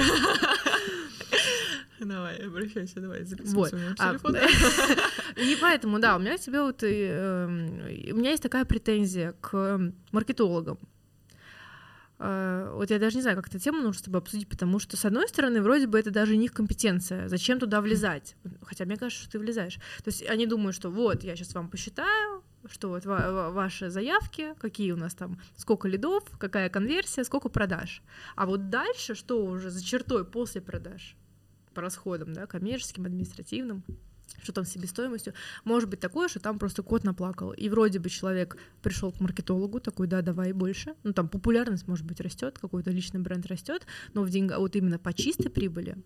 Давай, обращайся, давай, записывай свой телефон. И поэтому, да, у меня к тебе вот, у меня есть такая претензия к маркетологам. Вот я даже не знаю, как эту тему нужно с тобой обсудить, потому что, с одной стороны, вроде бы это даже не их компетенция. Зачем туда влезать? Хотя мне кажется, что ты влезаешь. То есть они думают, что вот, я сейчас вам посчитаю, что вот ва- ваши заявки, какие у нас там, сколько лидов, какая конверсия, сколько продаж. А вот дальше, что уже за чертой после продаж, по расходам, да, коммерческим, административным, что там с себестоимостью, может быть такое, что там просто кот наплакал, и вроде бы человек пришел к маркетологу, такой: да, давай больше, ну там популярность, может быть, растет, какой-то личный бренд растет, но в деньгах, вот именно по чистой прибыли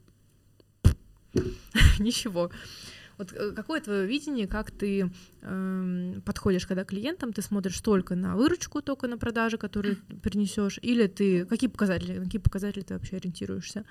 ничего. Вот какое твое видение, как ты э, подходишь, когда к клиентам, ты смотришь только на выручку, только на продажи, которые принесешь, или ты какие показатели, на какие показатели ты вообще ориентируешься?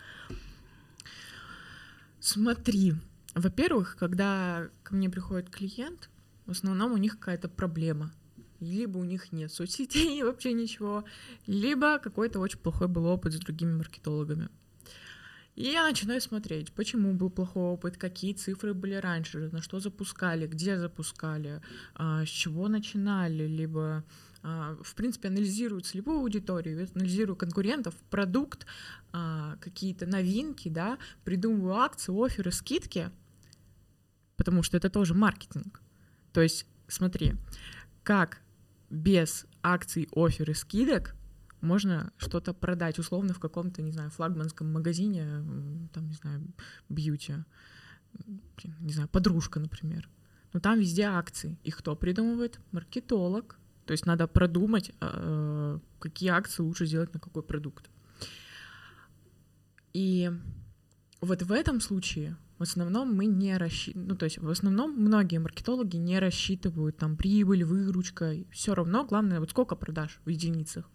Смотри. Во-первых, когда ко мне приходит клиент, в основном у них какая-то проблема. Либо у них нет соцсетей, вообще ничего, либо какой-то очень плохой был опыт с другими маркетологами. И я начинаю смотреть, почему был плохой опыт, какие цифры были раньше, на что запускали, где запускали, с чего начинали, либо, в принципе, анализирую целевую аудиторию, анализирую конкурентов, продукт, какие-то новинки, да, придумываю акции, офферы, скидки, потому что это тоже маркетинг. То есть, смотри, как без акций, оффер и скидок можно что-то продать, условно, в каком-то, не знаю, флагманском магазине, там, не знаю, бьюти, не знаю, подружка, например. Но там везде акции. И кто придумывает? Маркетолог. То есть надо продумать, какие акции лучше сделать на какой продукт. И вот в этом случае в основном мы не рассчитываем, ну, то есть в основном многие маркетологи не рассчитывают там прибыль, выручка, все равно, главное, вот сколько продаж в единицах.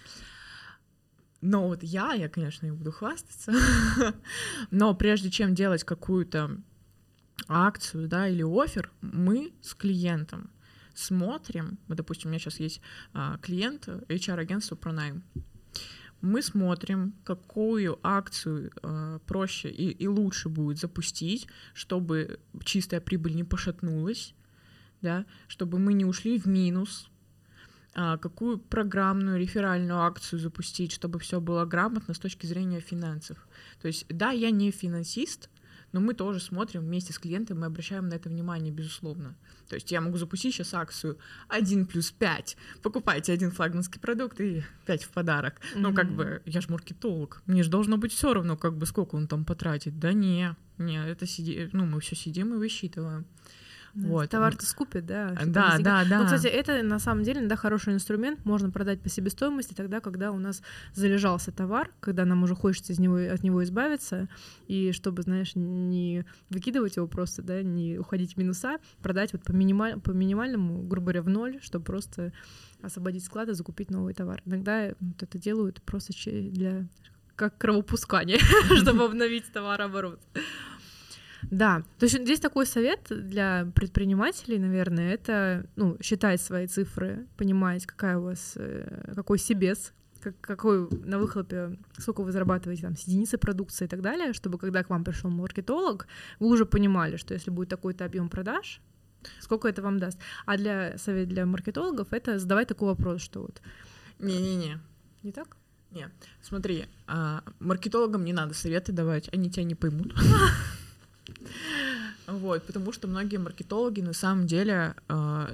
Но вот я, я, конечно, не буду хвастаться, но прежде чем делать какую-то акцию, да, или оффер, мы с клиентом смотрим, вот, допустим, у меня сейчас есть а, клиент, эйч ар-агентство про найм, мы смотрим, какую акцию э, проще и, и лучше будет запустить, чтобы чистая прибыль не пошатнулась, да, чтобы мы не ушли в минус, а, какую программную реферальную акцию запустить, чтобы все было грамотно с точки зрения финансов. То есть, да, я не финансист, но мы тоже смотрим вместе с клиентом, мы обращаем на это внимание, безусловно. То есть я могу запустить сейчас акцию один плюс пять. Покупайте один флагманский продукт и пять в подарок. Mm-hmm. Ну, как бы, я же маркетолог. Мне же должно быть все равно, как бы, сколько он там потратит. Да не, не, это сиди... ну, мы все сидим и высчитываем. Вот. Товар-то скупит, да. Да, да, да. Ну, кстати, это на самом деле, да, хороший инструмент, можно продать по себестоимости тогда, когда у нас залежался товар, когда нам уже хочется из него, от него избавиться, и чтобы, знаешь, не выкидывать его просто, да, не уходить в минуса, продать вот по, минималь... по минимальному, грубо говоря, в ноль, чтобы просто освободить склад и закупить новый товар. Иногда вот это делают просто для как кровопускание, чтобы обновить товарооборот. Да, то есть здесь такой совет для предпринимателей, наверное, это, ну, считать свои цифры, понимать, какая у вас, какой себес, как, какой на выхлопе, сколько вы зарабатываете там с единицы продукции и так далее, чтобы когда к вам пришел маркетолог, вы уже понимали, что если будет такой-то объем продаж, сколько это вам даст. А для совет для маркетологов это задавать такой вопрос, что вот... Не-не-не. Не так? Не, смотри, а, маркетологам не надо советы давать, они тебя не поймут. Вот, потому что многие маркетологи на самом деле... Э...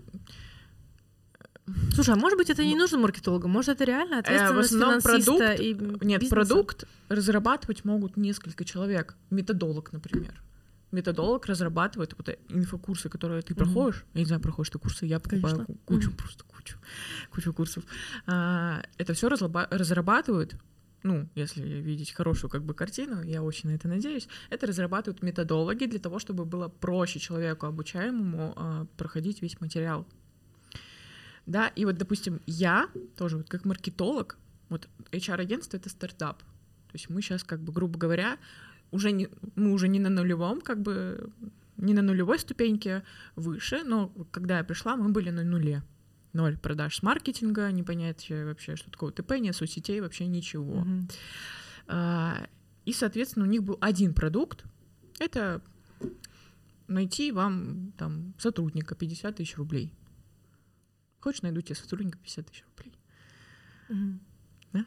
Слушай, а может быть, это не нужно маркетологам? Может, это реально ответственность э, финансиста продукт... и Нет, бизнеса? Продукт разрабатывать могут несколько человек. Методолог, например. Методолог разрабатывает вот инфокурсы, которые ты проходишь. Mm-hmm. Я не знаю, проходишь ты курсы, я покупаю Конечно. кучу, mm-hmm. просто кучу, кучу курсов. А, это все разлаба- разрабатывают. Ну, если видеть хорошую как бы картину, я очень на это надеюсь, это разрабатывают методологи для того, чтобы было проще человеку обучаемому э, проходить весь материал. Да, и вот, допустим, я тоже вот как маркетолог, вот эйч ар-агентство — это стартап. То есть мы сейчас, как бы, грубо говоря, уже не, мы уже не на нулевом, как бы, не на нулевой ступеньке выше, но когда я пришла, мы были на нуле. Ноль продаж с маркетинга, не понять вообще, что такое ТП, нет соцсетей, вообще ничего. Mm-hmm. А, и, соответственно, у них был один продукт — это найти вам там сотрудника пятьдесят тысяч рублей. Хочешь, найду тебе сотрудника пятьдесят тысяч рублей? Mm-hmm. Да?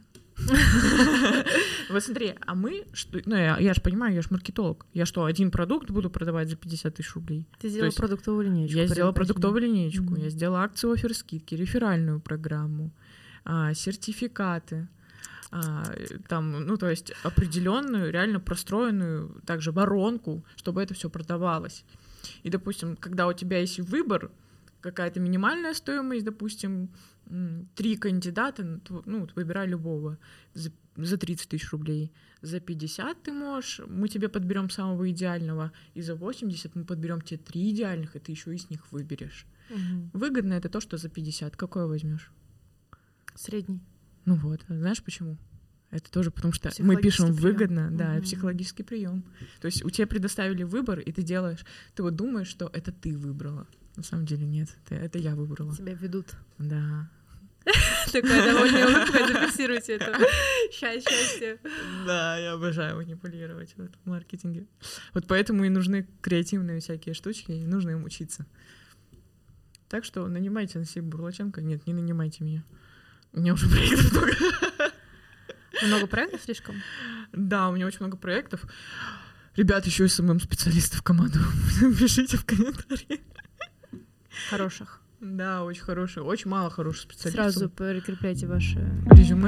Вот смотри, а мы, что, ну я, я же понимаю, я же маркетолог, я что, один продукт буду продавать за пятьдесят тысяч рублей? Ты сделала продуктовую линейку. Я сделала продуктовую линейку, mm-hmm. я сделала акцию, оффер, скидки, реферальную программу, а, сертификаты, а, там, ну то есть определенную, реально простроенную также воронку, чтобы это все продавалось. И, допустим, когда у тебя есть выбор, какая-то минимальная стоимость, допустим, три кандидата, ну, выбирай любого, за, за тридцать тысяч рублей, за пятьдесят ты можешь, мы тебе подберем самого идеального, и за восемьдесят мы подберем тебе три идеальных, и ты еще из них выберешь. Угу. Выгодно это то, что за пятьдесят. Какое возьмешь? Средний. Ну вот, знаешь почему? Это тоже потому, что мы пишем выгодно, прием. Да, угу. психологический прием. То есть у тебя предоставили выбор, и ты делаешь, ты вот думаешь, что это ты выбрала. На самом деле нет, это, это я выбрала. Тебя ведут. Да. Такая довольно улыбка, зафиксируйте это. Счастье. Да, я обожаю манипулировать в маркетинге. Вот поэтому и нужны креативные всякие штучки, и нужно им учиться. Так что нанимайте Насибу Бурлаченко. Нет, не нанимайте меня. У меня уже проектов много. Много проектов слишком? Да, у меня очень много проектов. Ребят, еще эс эм эм-специалисты в команду. Пишите в комментарии. Хороших. Да, очень хорошие. Очень мало хороших специалистов. Сразу прикрепляйте ваши резюме.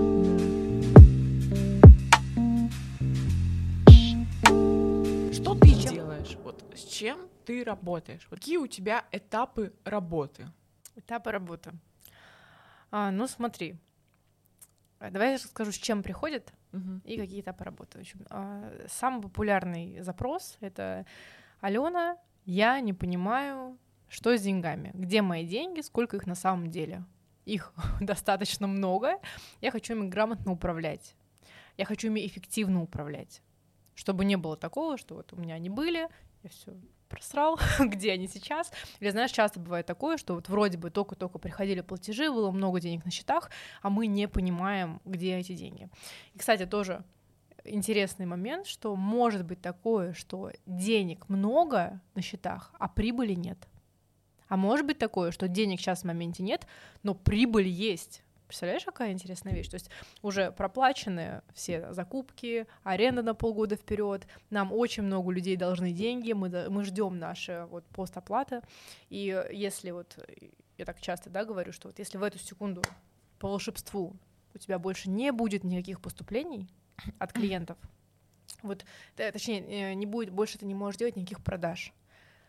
Что ты делаешь? Вот с чем ты работаешь? Вот какие у тебя этапы работы? Этапы работы. А, ну, смотри. Давай я скажу, с чем приходят uh-huh. и какие этапы работы. В общем, а, самый популярный запрос — это: Алена, я не понимаю, что с деньгами, где мои деньги, сколько их на самом деле. Их достаточно много, я хочу ими грамотно управлять, я хочу ими эффективно управлять, чтобы не было такого, что вот у меня они были, я все просрал, где они сейчас. Или, знаешь, часто бывает такое, что вот вроде бы только-только приходили платежи, было много денег на счетах, а мы не понимаем, где эти деньги. И, кстати, тоже интересный момент, что может быть такое, что денег много на счетах, а прибыли нет. А может быть такое, что денег сейчас в моменте нет, но прибыль есть. Представляешь, какая интересная вещь? То есть уже проплачены все закупки, аренда на полгода вперед, нам очень много людей должны деньги, мы, мы ждем наши вот постоплаты. И если вот, я так часто, да, говорю, что вот если в эту секунду по волшебству у тебя больше не будет никаких поступлений от клиентов, вот, точнее, не будет, больше ты не можешь делать никаких продаж,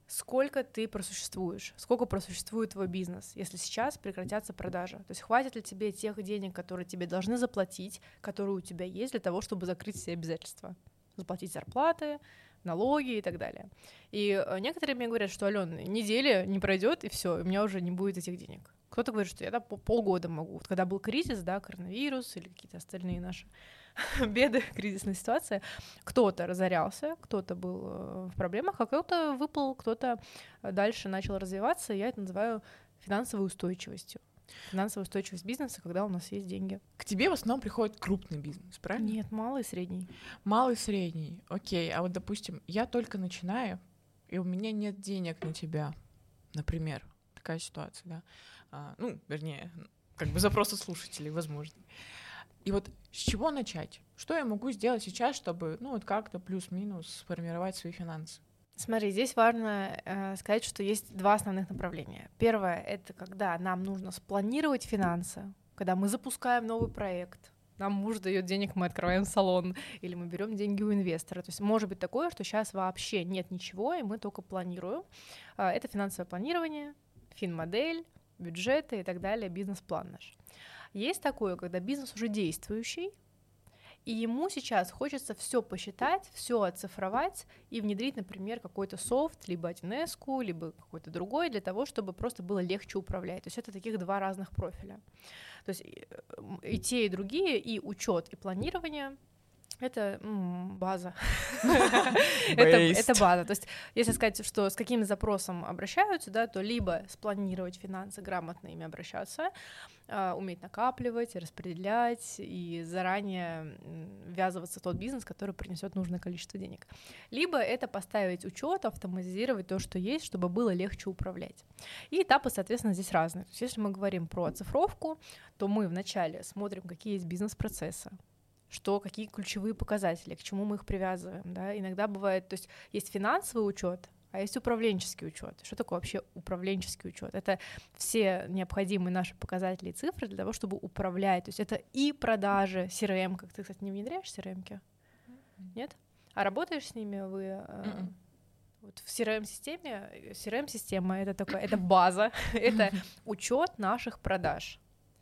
сколько ты просуществуешь, сколько просуществует твой бизнес, если сейчас прекратятся продажи. То есть хватит ли тебе тех денег, которые тебе должны заплатить, которые у тебя есть для того, чтобы закрыть все обязательства, заплатить зарплаты, налоги и так далее. И некоторые мне говорят, что, Алён, неделя не пройдет и все, у меня уже не будет этих денег. Кто-то говорит, что я да, полгода могу. Вот когда был кризис, да, коронавирус или какие-то остальные наши беды, кризисная ситуация, кто-то разорялся, кто-то был в проблемах, а кто-то выплыл, кто-то дальше начал развиваться. Я это называю финансовой устойчивостью. Финансовая устойчивость бизнеса, когда у нас есть деньги. К тебе в основном приходит крупный бизнес, правильно? Нет, малый и средний. Малый и средний, окей. А вот, допустим, я только начинаю, и у меня нет денег на тебя, например. Такая ситуация, да. А, ну, вернее, как бы запросы слушателей, возможно. И вот с чего начать? Что я могу сделать сейчас, чтобы, ну, вот как-то плюс-минус сформировать свои финансы? Смотри, здесь важно э, сказать, что есть два основных направления. Первое — это когда нам нужно спланировать финансы, когда мы запускаем новый проект, нам муж дает денег, мы открываем салон, или мы берем деньги у инвестора. То есть может быть такое, что сейчас вообще нет ничего, и мы только планируем. Э, это финансовое планирование, финмодель, бюджеты и так далее, бизнес-план наш. Есть такое, когда бизнес уже действующий, и ему сейчас хочется все посчитать, все оцифровать и внедрить, например, какой-то софт, либо один эс-ку, либо какой-то другой, для того, чтобы просто было легче управлять. То есть это таких два разных профиля. То есть и те, и другие, и учет, и планирование — это м, база. это, это база. То есть, если сказать, что с каким запросом обращаются, да, то либо спланировать финансы, грамотно ими обращаться, э, уметь накапливать, распределять и заранее ввязываться в тот бизнес, который принесет нужное количество денег. Либо это поставить учет, автоматизировать то, что есть, чтобы было легче управлять. И этапы, соответственно, здесь разные. То есть, если мы говорим про оцифровку, то мы вначале смотрим, какие есть бизнес-процессы, что, какие ключевые показатели, к чему мы их привязываем, да, иногда бывает, то есть есть финансовый учет, а есть управленческий учет. Что такое вообще управленческий учет? Это все необходимые наши показатели и цифры для того, чтобы управлять, то есть это и продажи, си эр эм, как ты, кстати, не внедряешь си эр эм-ки? Mm-hmm. Нет? А работаешь с ними вы? Mm-hmm. Вот в си эр эм-системе, си эр эм-система — это такое, это база, это учет наших продаж.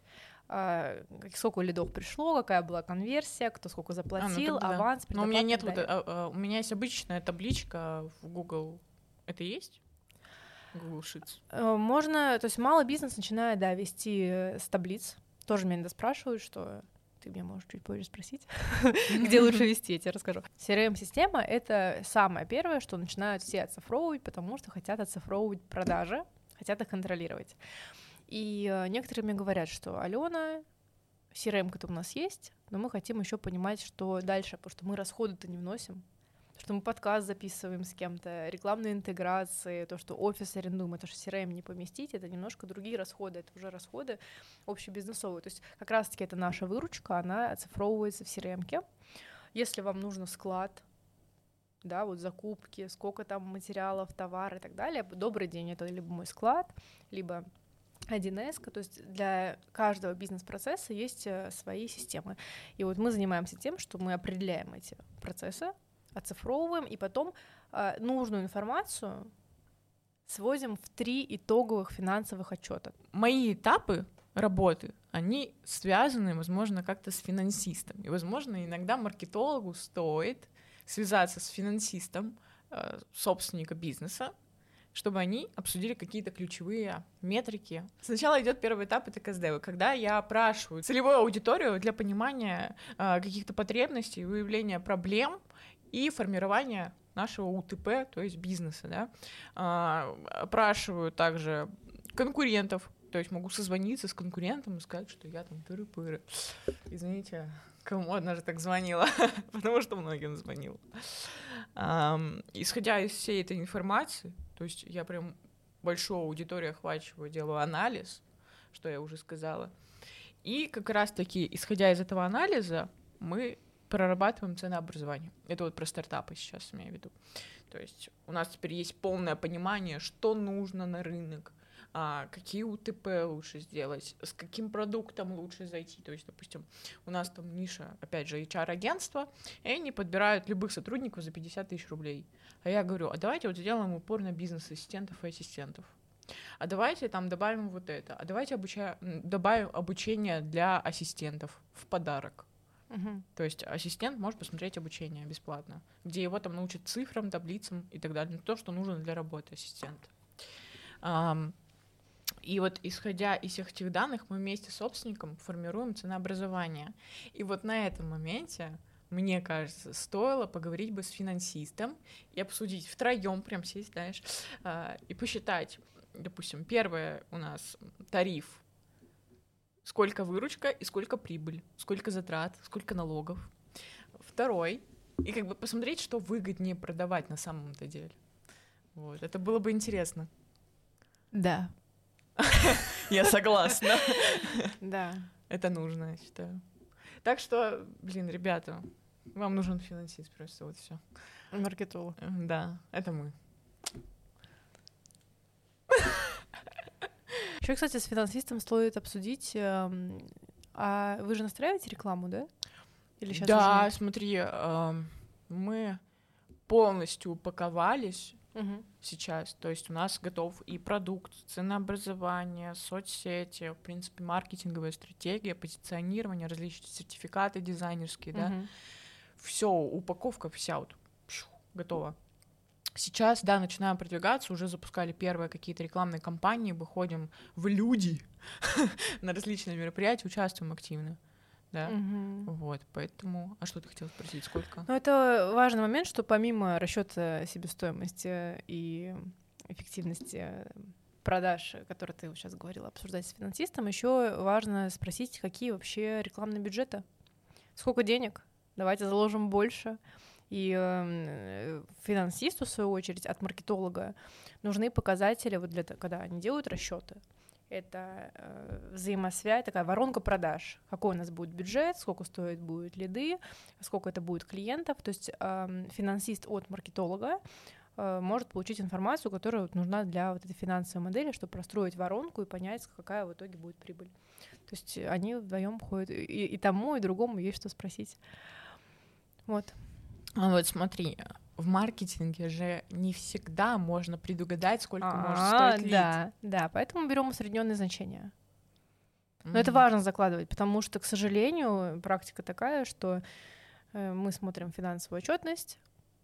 Сколько лидов пришло, какая была конверсия, кто сколько заплатил, а, ну, аванс, да. Но у меня нет вот, а, а, у меня есть обычная табличка в Google. Это есть? Google Sheets. Можно, то есть малый бизнес начинает, да, вести с таблиц. Тоже меня иногда спрашивают, что ты меня можешь чуть позже спросить, где лучше вести, я тебе расскажу. си эр эм-система — это самое первое, что начинают все оцифровывать, потому что хотят оцифровывать продажи, хотят их контролировать. И э, некоторые мне говорят, что Алена, си эр эм-ка-то у нас есть, но мы хотим еще понимать, что дальше, потому что мы расходы-то не вносим, что мы подкаст записываем с кем-то, рекламные интеграции, то, что офис арендуем, это же си эр эм не поместить, это немножко другие расходы, это уже расходы общебизнесовые. То есть как раз-таки это наша выручка, она оцифровывается в си эр эм-ке. Если вам нужен склад, да, вот закупки, сколько там материалов, товара и так далее, добрый день, это либо мой склад, либо один эс-ка, то есть для каждого бизнес-процесса есть свои системы. И вот мы занимаемся тем, что мы определяем эти процессы, оцифровываем, и потом э, нужную информацию сводим в три итоговых финансовых отчета. Мои этапы работы, они связаны, возможно, как-то с финансистом. И, возможно, иногда маркетологу стоит связаться с финансистом, э, собственника бизнеса, чтобы они обсудили какие-то ключевые метрики. Сначала идет первый этап, это ка эс дэ, когда я опрашиваю целевую аудиторию для понимания э, каких-то потребностей, выявления проблем и формирования нашего у тэ пэ, то есть бизнеса. Да? Э, опрашиваю также конкурентов, то есть могу созвониться с конкурентом и сказать, что я там тыры-пыры. Извините, кому однажды так звонила, потому что многим звонила. Э, исходя из всей этой информации, то есть я прям большую аудиторию охвачиваю, делаю анализ, что я уже сказала. И как раз-таки, исходя из этого анализа, мы прорабатываем ценообразование. Это вот про стартапы сейчас имею в виду. То есть у нас теперь есть полное понимание, что нужно на рынок, а, какие УТП лучше сделать, с каким продуктом лучше зайти. То есть, допустим, у нас там ниша, опять же, эйч ар-агентство, и они подбирают любых сотрудников за пятьдесят тысяч рублей. А я говорю, а давайте вот сделаем упор на бизнес-ассистентов и ассистентов. А давайте там добавим вот это. А давайте обуча... добавим обучение для ассистентов в подарок. Угу. То есть ассистент может посмотреть обучение бесплатно, где его там научат цифрам, таблицам и так далее. То, что нужно для работы ассистента. Um, и вот исходя из всех этих данных, мы вместе с собственником формируем ценообразование. И вот на этом моменте, мне кажется, стоило поговорить бы с финансистом и обсудить втроем, прям сесть, знаешь, uh, и посчитать, допустим, первое у нас тариф, сколько выручка и сколько прибыль, сколько затрат, сколько налогов. Второй, и как бы посмотреть, что выгоднее продавать на самом-то деле. Вот, это было бы интересно. Да. Я согласна. Да. Это нужно, я считаю. Так что, блин, ребята, вам нужен финансист просто, вот все. Маркетолог. Да, это мы. Еще, кстати, с финансистом стоит обсудить, э, а вы же настраиваете рекламу, да? Или сейчас да, уже... смотри, э, мы полностью упаковались угу. сейчас, то есть у нас готов и продукт, ценообразование, соцсети, в принципе, маркетинговая стратегия, позиционирование, различные сертификаты дизайнерские, угу. да, все, упаковка вся вот пшу, готова. Сейчас, да, начинаем продвигаться, уже запускали первые какие-то рекламные кампании, выходим в люди на различные мероприятия, участвуем активно, да, угу. вот, поэтому, а что ты хотела спросить, сколько? Ну, это важный момент, что помимо расчета себестоимости и эффективности продаж, которые ты сейчас говорила, обсуждать с финансистом, еще важно спросить, какие вообще рекламные бюджеты, сколько денег, давайте заложим больше. И э, финансисту, в свою очередь, от маркетолога нужны показатели, вот для того, когда они делают расчеты. Это э, взаимосвязь, такая воронка продаж. Какой у нас будет бюджет, сколько стоит будет лиды, сколько это будет клиентов. То есть э, финансист от маркетолога э, может получить информацию, которая вот нужна для вот этой финансовой модели, чтобы простроить воронку и понять, какая в итоге будет прибыль. То есть они вдвоем ходят, и, и тому, и другому есть что спросить. Вот. А вот смотри, в маркетинге же не всегда можно предугадать, сколько А-а, может стоить лид. Да, да, поэтому берем усредненные значения. Но Mm-hmm. это важно закладывать, потому что, к сожалению, практика такая, что э, мы смотрим финансовую отчетность,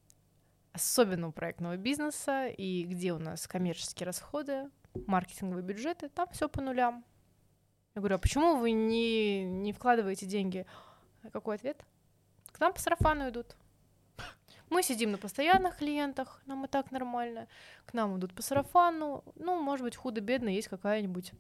особенно у проектного бизнеса, и где у нас коммерческие расходы, маркетинговые бюджеты, там все по нулям. Я говорю, а почему вы не, не вкладываете деньги? Какой ответ? К нам по сарафану идут. Мы сидим на постоянных клиентах, нам и так нормально. К нам идут по сарафану. Ну, может быть, худо-бедно есть какая-нибудь,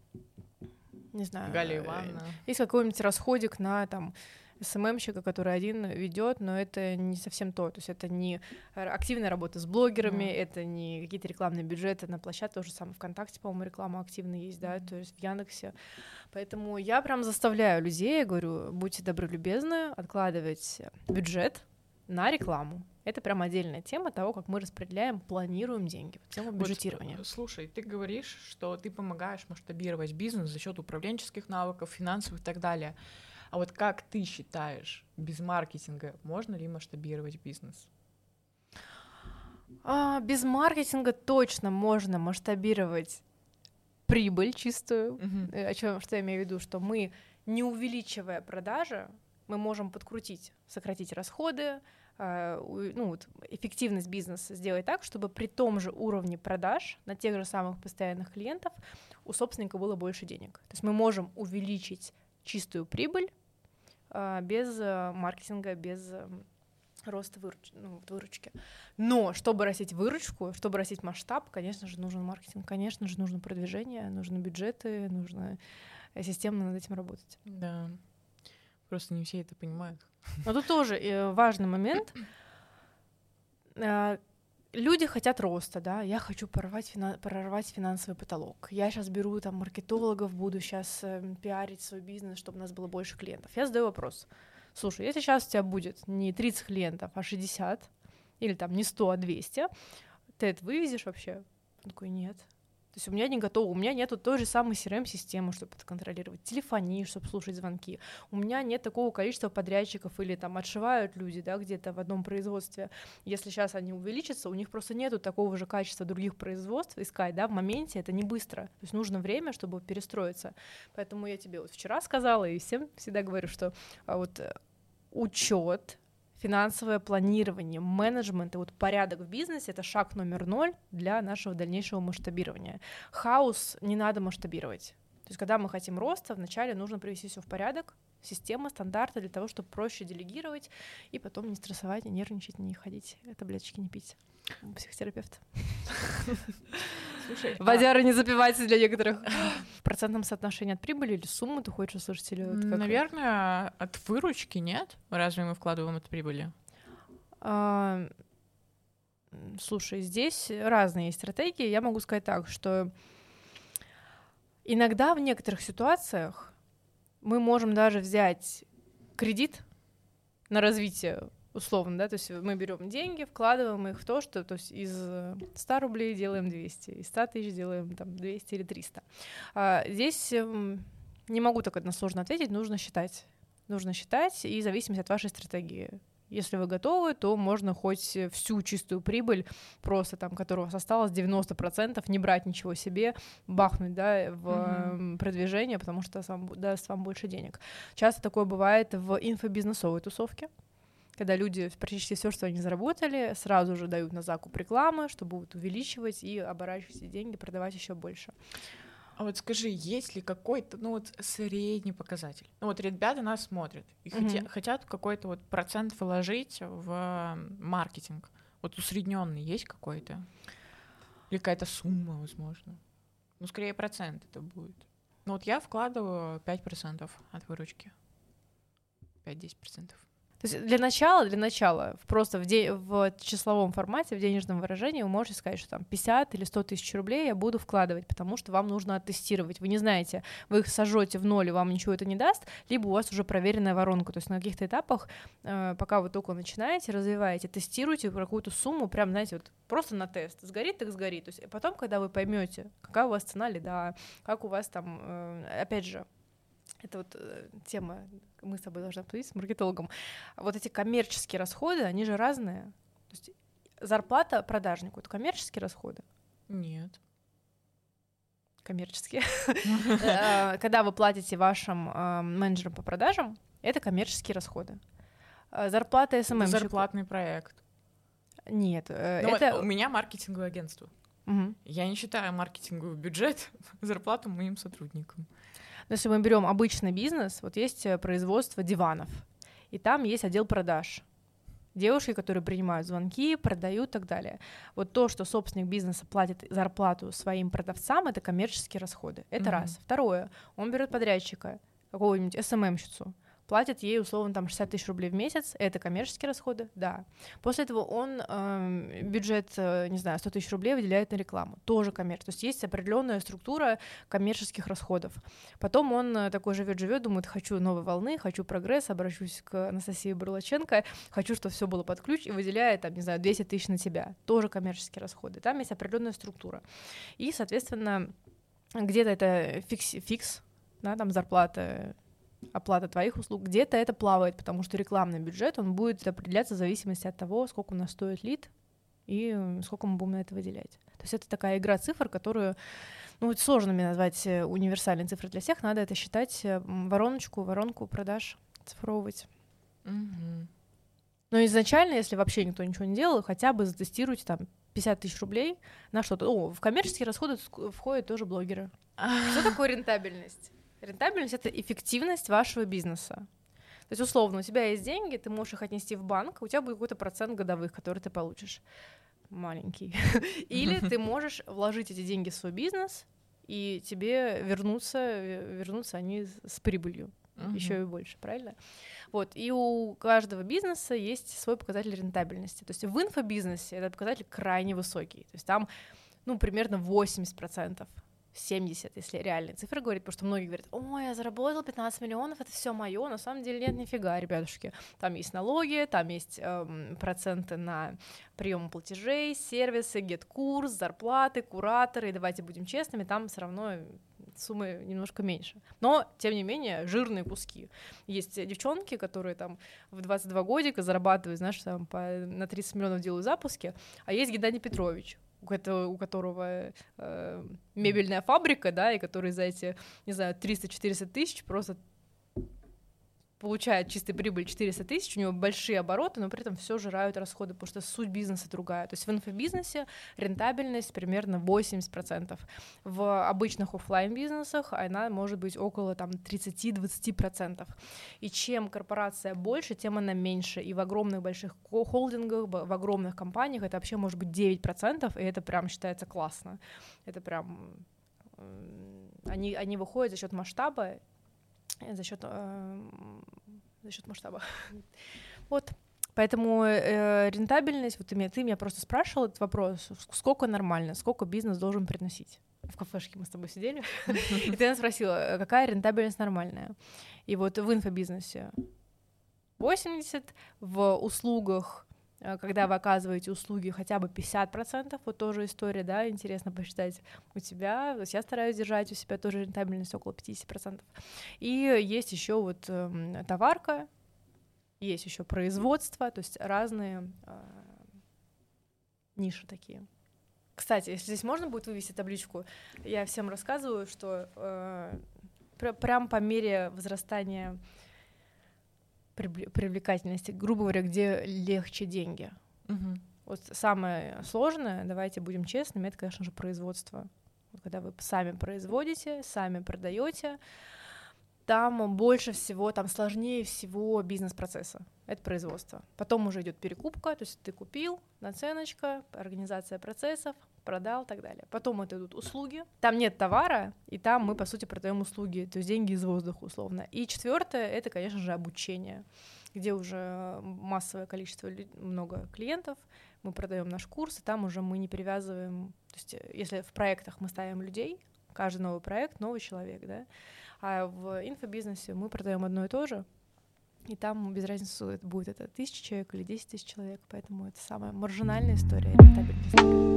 не знаю... Галя Ивановна. Есть какой-нибудь расходик на там эс эм эм-щика, который один ведет, но это не совсем то. То есть это не активная работа с блогерами, mm. это не какие-то рекламные бюджеты на площадке. То же самое ВКонтакте, по-моему, реклама активно есть, да, mm. то есть в Яндексе. Поэтому я прям заставляю людей, я говорю, будьте добры, любезны, откладывать бюджет на рекламу. Это прям отдельная тема того, как мы распределяем, планируем деньги. Вот тема бюджетирования. Вот, слушай, ты говоришь, что ты помогаешь масштабировать бизнес за счет управленческих навыков, финансовых и так далее. А вот как ты считаешь, без маркетинга можно ли масштабировать бизнес? А, без маркетинга точно можно масштабировать прибыль чистую. Uh-huh. О чем, что я имею в виду, что мы, не увеличивая продажи, мы можем подкрутить, сократить расходы, ну, вот, эффективность бизнеса сделать так, чтобы при том же уровне продаж на тех же самых постоянных клиентов у собственника было больше денег. То есть мы можем увеличить чистую прибыль а, без а, маркетинга, без а, роста выруч... ну, выручки. Но чтобы растить выручку, чтобы растить масштаб, конечно же, нужен маркетинг, конечно же, нужно продвижение, нужны бюджеты, нужно системно над этим работать. Да. Просто не все это понимают. Но тут тоже важный момент. Люди хотят роста, да, я хочу прорвать, фина... прорвать финансовый потолок. Я сейчас беру там маркетологов, буду сейчас э, пиарить свой бизнес, чтобы у нас было больше клиентов. Я задаю вопрос. Слушай, если сейчас у тебя будет не тридцать клиентов, а шестьдесят, или там не сто, а двести, ты это вывезешь вообще? Он такой, нет. То есть у меня не готово, у меня нету той же самой си эр эм-системы, чтобы это контролировать, телефонии, чтобы слушать звонки. У меня нет такого количества подрядчиков или там отшивают люди, да, где-то в одном производстве. Если сейчас они увеличатся, у них просто нету такого же качества других производств искать, да, в моменте это не быстро. То есть нужно время, чтобы перестроиться. Поэтому я тебе вот вчера сказала и всем всегда говорю, что вот учет, финансовое планирование, менеджмент и вот порядок в бизнесе — это шаг номер ноль для нашего дальнейшего масштабирования. Хаос не надо масштабировать. То есть когда мы хотим роста, вначале нужно привести все в порядок, система, стандарты для того, чтобы проще делегировать и потом не стрессовать, не нервничать, не ходить, таблеточки не пить. Психотерапевт. Слушай, водяры а... не запивайте для некоторых. В процентном соотношении от прибыли или суммы ты хочешь услышать? Или вот наверное, от выручки нет? Разве мы вкладываем от прибыли? А... Слушай, здесь разные есть стратегии. Я могу сказать так, что иногда в некоторых ситуациях мы можем даже взять кредит на развитие, условно, да, то есть мы берем деньги, вкладываем их в то, что, то есть из ста рублей делаем двести, из ста тысяч делаем там двести или триста. А здесь не могу так односложно ответить, нужно считать, нужно считать, и в зависимости от вашей стратегии. Если вы готовы, то можно хоть всю чистую прибыль, просто там, которая у вас осталась, девяносто процентов, не брать ничего себе, бахнуть, да, в mm-hmm. продвижение, потому что это даст вам больше денег. Часто такое бывает в инфобизнесовой тусовке, когда люди практически все, что они заработали, сразу же дают на закуп рекламы, чтобы будут увеличивать и оборачивать эти деньги, продавать еще больше. А вот скажи, есть ли какой-то, ну вот средний показатель? Ну вот ребята нас смотрят и mm-hmm. хотя, хотят какой-то вот процент вложить в маркетинг. Вот усредненный есть какой-то? Или какая-то сумма, возможно? Ну, скорее процент это будет. Ну вот я вкладываю пять процентов от выручки. пять-десять процентов. То есть для начала, для начала, просто в, де- в числовом формате, в денежном выражении вы можете сказать, что там пятьдесят или сто тысяч рублей я буду вкладывать, потому что вам нужно оттестировать. Вы не знаете, вы их сожжете в ноль, и вам ничего это не даст, либо у вас уже проверенная воронка. То есть на каких-то этапах, э, пока вы только начинаете, развиваете, тестируете какую-то сумму, прям, знаете, вот просто на тест. Сгорит, так сгорит. То есть потом, когда вы поймете, какая у вас цена лида, как у вас там, э, опять же, это вот э, тема, мы с тобой должны обсудить с маркетологом. Вот эти коммерческие расходы, они же разные. То есть зарплата продажнику — это коммерческие расходы? Нет. Коммерческие. Когда вы платите вашим менеджерам по продажам, это коммерческие расходы. Зарплата эс эм эм. Зарплатный проект. Нет. Это у меня маркетинговое агентство. Я не считаю маркетинговый бюджет зарплату моим сотрудникам. Но если мы берем обычный бизнес, вот есть производство диванов, и там есть отдел продаж. Девушки, которые принимают звонки, продают и так далее. Вот то, что собственник бизнеса платит зарплату своим продавцам, это коммерческие расходы. Это mm-hmm. раз. Второе, он берет подрядчика, какого-нибудь эс эм эм-щицу, платит ей условно там шестьдесят тысяч рублей в месяц, это коммерческие расходы, да. После этого он э, бюджет, э, не знаю, сто тысяч рублей выделяет на рекламу, тоже коммерческие. То есть есть определенная структура коммерческих расходов. Потом он э, такой живет-живет, думает, хочу новой волны, хочу прогресс, обращусь к Анастасии Бурлаченко, хочу, чтобы все было под ключ, и выделяет, там, не знаю, двести тысяч на тебя, тоже коммерческие расходы. Там есть определенная структура. И, соответственно, где-то это фикс, фикс, да, там зарплата, оплата твоих услуг, где-то это плавает, потому что рекламный бюджет, он будет определяться в зависимости от того, сколько у нас стоит лид и сколько мы будем на это выделять. То есть это такая игра цифр, которую, ну, сложно мне назвать универсальной цифрой для всех, надо это считать вороночку, воронку продаж, цифровывать. Mm-hmm. Но изначально, если вообще никто ничего не делал, хотя бы затестируйте там пятьдесят тысяч рублей на что-то. О, в коммерческие расходы входят тоже блогеры. Что такое рентабельность? Рентабельность — это эффективность вашего бизнеса. То есть, условно, у тебя есть деньги, ты можешь их отнести в банк, у тебя будет какой-то процент годовых, который ты получишь. Маленький. Или ты можешь вложить эти деньги в свой бизнес, и тебе вернутся, вернутся они с прибылью. Uh-huh. Еще и больше, правильно? Вот. И у каждого бизнеса есть свой показатель рентабельности. То есть в инфобизнесе этот показатель крайне высокий. То есть там, ну, примерно восемьдесят процентов семьдесят, если реальные цифры говорить, потому что многие говорят, ой, я заработал пятнадцать миллионов, это все мое, на самом деле нет, нифига, ребятушки, там есть налоги, там есть эм, проценты на прием платежей, сервисы, гет-курс, зарплаты, кураторы, и давайте будем честными, там все равно суммы немножко меньше, но, тем не менее, жирные куски. Есть девчонки, которые там в двадцать два годика зарабатывают, знаешь, там по, на тридцать миллионов делают запуски, а есть Геннадий Петрович, у которого, у которого э, мебельная фабрика, да, и который за эти, не знаю, триста-четыреста тысяч просто получает чистой прибыль четыреста тысяч, у него большие обороты, но при этом все жирают расходы, потому что суть бизнеса другая. То есть в инфобизнесе рентабельность примерно восемьдесят процентов. В обычных офлайн бизнесах она может быть около там, тридцать-двадцать процентов. И чем корпорация больше, тем она меньше. И в огромных больших холдингах, в огромных компаниях это вообще может быть девять процентов, и это прям считается классно. Это прям... Они, они выходят за счет масштаба, за счет э, за счет масштаба. Вот. Поэтому э, рентабельность, вот ты меня, ты меня просто спрашивал этот вопрос, сколько нормально, сколько бизнес должен приносить. В кафешке мы с тобой сидели, и ты меня спросила, какая рентабельность нормальная. И вот в инфобизнесе восемьдесят, в услугах, когда вы оказываете услуги хотя бы пятьдесят процентов, вот тоже история, да, интересно посчитать у тебя, то есть я стараюсь держать у себя тоже рентабельность около пятьдесят процентов. И есть еще вот э, товарка, есть еще производство, то есть разные э, ниши такие. Кстати, если здесь можно будет вывести табличку, я всем рассказываю, что э, пр- прям по мере возрастания привлекательности, грубо говоря, где легче деньги. Uh-huh. Вот самое сложное, давайте будем честными, это, конечно же, производство. Вот когда вы сами производите, сами продаете, там больше всего, там сложнее всего бизнес-процесса. Это производство. Потом уже идет перекупка, то есть ты купил, наценочка, организация процессов, продал и так далее. Потом это идут услуги. Там нет товара, и там мы, по сути, продаем услуги, то есть деньги из воздуха, условно. И четвертое это, конечно же, обучение, где уже массовое количество, много клиентов, мы продаем наш курс, и там уже мы не привязываем, то есть если в проектах мы ставим людей, каждый новый проект — новый человек, да, а в инфобизнесе мы продаем одно и то же, и там без разницы будет это тысяча человек или десять тысяч человек, поэтому это самая маржинальная история рентабельности.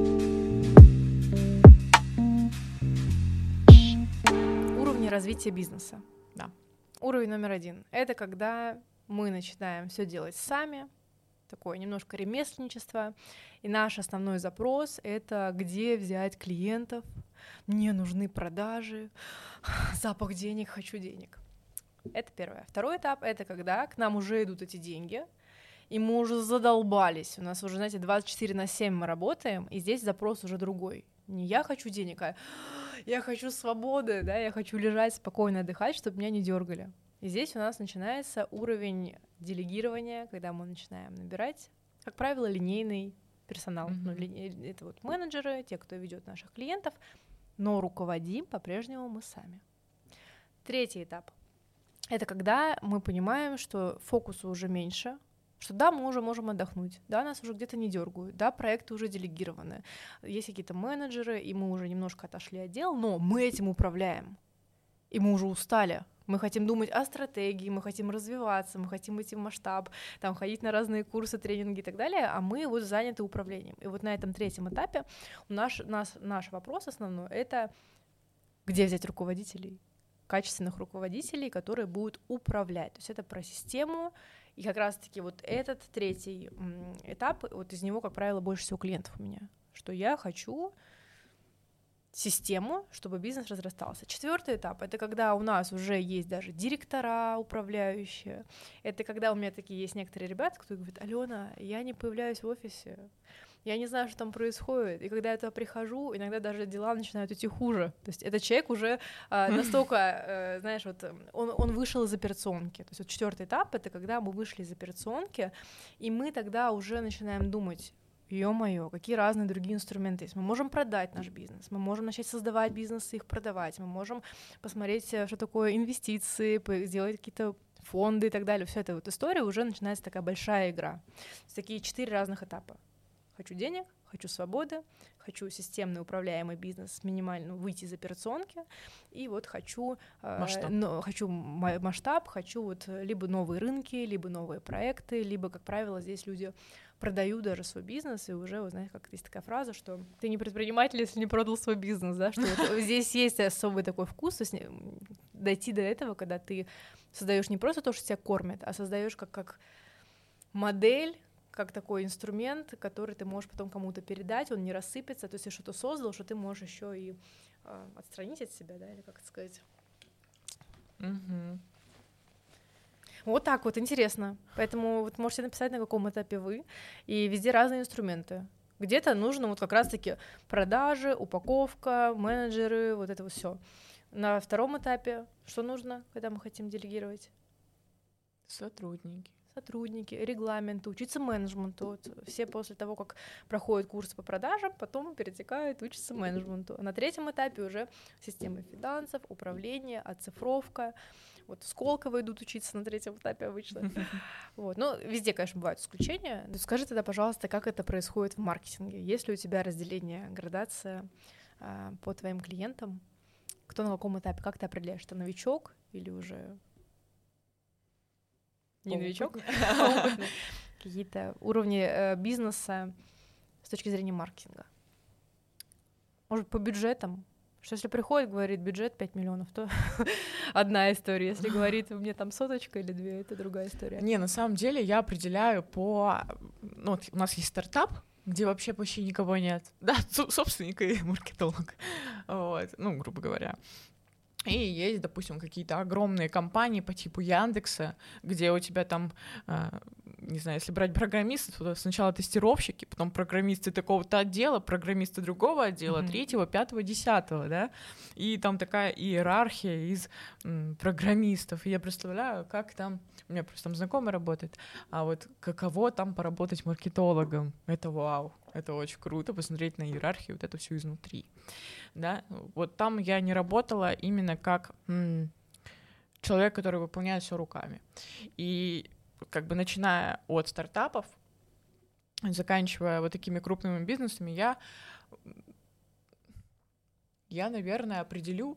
Уровни развития бизнеса. Да. Уровень номер один — это когда мы начинаем все делать сами, такое немножко ремесленничество, и наш основной запрос — это где взять клиентов, мне нужны продажи, запах денег, хочу денег. Это первое. Второй этап — это когда к нам уже идут эти деньги, и мы уже задолбались. У нас уже, знаете, двадцать четыре на семь мы работаем, и здесь запрос уже другой. Не я хочу денег, а я хочу свободы, да, я хочу лежать спокойно, отдыхать, чтобы меня не дергали. И здесь у нас начинается уровень делегирования, когда мы начинаем набирать, как правило, линейный персонал. Mm-hmm. Ну, ли, это вот менеджеры, те, кто ведет наших клиентов, но руководим по-прежнему мы сами. Третий этап — это когда мы понимаем, что фокуса уже меньше, что да, мы уже можем отдохнуть, да, нас уже где-то не дергают, да, проекты уже делегированы, есть какие-то менеджеры, и мы уже немножко отошли от дел, но мы этим управляем, и мы уже устали. Мы хотим думать о стратегии, мы хотим развиваться, мы хотим идти в масштаб, там, ходить на разные курсы, тренинги и так далее, а мы вот заняты управлением. И вот на этом третьем этапе наш, наш, наш вопрос основной — это где взять руководителей, качественных руководителей, которые будут управлять. То есть это про систему, и как раз-таки вот этот третий этап, вот из него, как правило, больше всего клиентов у меня, что я хочу систему, чтобы бизнес разрастался. Четвертый этап — это когда у нас уже есть даже директора, управляющие. Это когда у меня такие есть некоторые ребята, которые говорят: Алена, я не появляюсь в офисе, я не знаю, что там происходит. И когда я туда прихожу, иногда даже дела начинают идти хуже. То есть этот человек уже э, настолько, э, знаешь, вот он, он вышел из операционки. То есть вот четвертый этап — это когда мы вышли из операционки, и мы тогда уже начинаем думать: ё-моё, какие разные другие инструменты есть. Мы можем продать наш бизнес, мы можем начать создавать бизнесы, их продавать, мы можем посмотреть, что такое инвестиции, сделать какие-то фонды и так далее. Вся эта вот история, уже начинается такая большая игра. Такие четыре разных этапа. Хочу денег, хочу свободы, хочу системный управляемый бизнес, минимально выйти из операционки, и вот хочу масштаб, э, но, хочу масштаб, хочу вот либо новые рынки, либо новые проекты, либо, как правило, здесь люди продают даже свой бизнес, и уже, вы знаете, как есть такая фраза, что ты не предприниматель, если не продал свой бизнес, да, что вот здесь есть особый такой вкус, то есть дойти до этого, когда ты создаешь не просто то, что тебя кормят, а создаешь как, как модель, как такой инструмент, который ты можешь потом кому-то передать, он не рассыпется, то есть если что-то создал, что ты можешь еще и э, отстранить от себя, да, или как это сказать. Mm-hmm. Вот так вот, интересно. Поэтому вот можете написать, на каком этапе вы, и везде разные инструменты. Где-то нужно вот как раз-таки продажи, упаковка, менеджеры, вот это вот все. На втором этапе что нужно, когда мы хотим делегировать? Сотрудники. Сотрудники, регламенты, учиться менеджменту. Вот все после того, как проходят курсы по продажам, потом перетекают, учатся менеджменту. А на третьем этапе уже системы финансов, управление, оцифровка. Вот в Сколково идут учиться на третьем этапе обычно. Вот. Но везде, конечно, бывают исключения. Скажи тогда, пожалуйста, как это происходит в маркетинге? Есть ли у тебя разделение, градация а, по твоим клиентам? Кто на каком этапе? Как ты определяешь? Ты новичок или уже... Не новичок, какие-то уровни э, бизнеса с точки зрения маркетинга. Может, по бюджетам? Что если приходит, говорит, бюджет пять миллионов, то одна история. Если говорит, у меня там соточка или две, это другая история. Не, на самом деле я определяю по... Ну, вот у нас есть стартап, где вообще почти никого нет. Да, собственник и маркетолог. Вот, ну, грубо говоря. И есть, допустим, какие-то огромные компании по типу Яндекса, где у тебя там, э, не знаю, если брать программистов, то сначала тестировщики, потом программисты такого-то отдела, программисты другого отдела, mm-hmm. третьего, пятого, десятого, да, и там такая иерархия из м, программистов. И я представляю, как там, у меня просто там знакомый работает, а вот каково там поработать маркетологом, это вау. Это очень круто, посмотреть на иерархию, вот это все изнутри. Да? Вот там я не работала именно как м- человек, который выполняет все руками. И как бы начиная от стартапов, заканчивая вот такими крупными бизнесами, я, я наверное, определю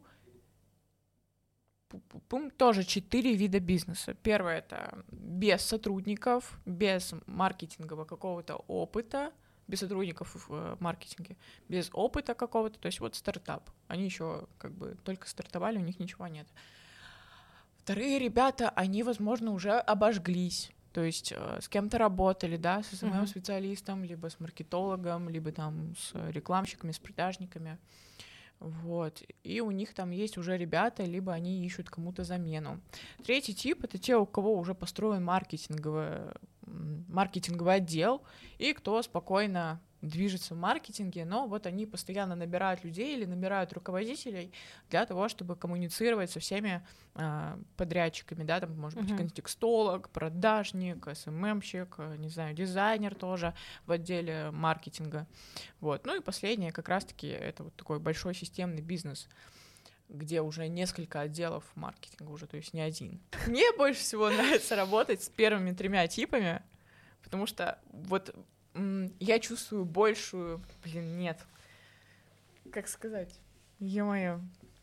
тоже четыре вида бизнеса. Первое — это без сотрудников, без маркетингового какого-то опыта, без сотрудников в маркетинге, без опыта какого-то, то есть вот стартап. Они еще как бы только стартовали, у них ничего нет. Вторые ребята, они, возможно, уже обожглись, то есть э, с кем-то работали, да, с эс эм эм-специалистом, uh-huh. либо с маркетологом, либо там с рекламщиками, с продажниками. Вот. И у них там есть уже ребята, либо они ищут кому-то замену. Третий тип — это те, у кого уже построен маркетинговый, маркетинговый отдел, и кто спокойно движется в маркетинге, но вот они постоянно набирают людей или набирают руководителей для того, чтобы коммуницировать со всеми э, подрядчиками, да, там может быть uh-huh. контекстолог, продажник, эс эм эм-щик, не знаю, дизайнер тоже в отделе маркетинга, вот. Ну и последнее как раз-таки это вот такой большой системный бизнес, где уже несколько отделов маркетинга уже, то есть не один. Мне больше всего нравится работать с первыми тремя типами, потому что вот я чувствую большую... Блин, нет. Как сказать? Ё-моё.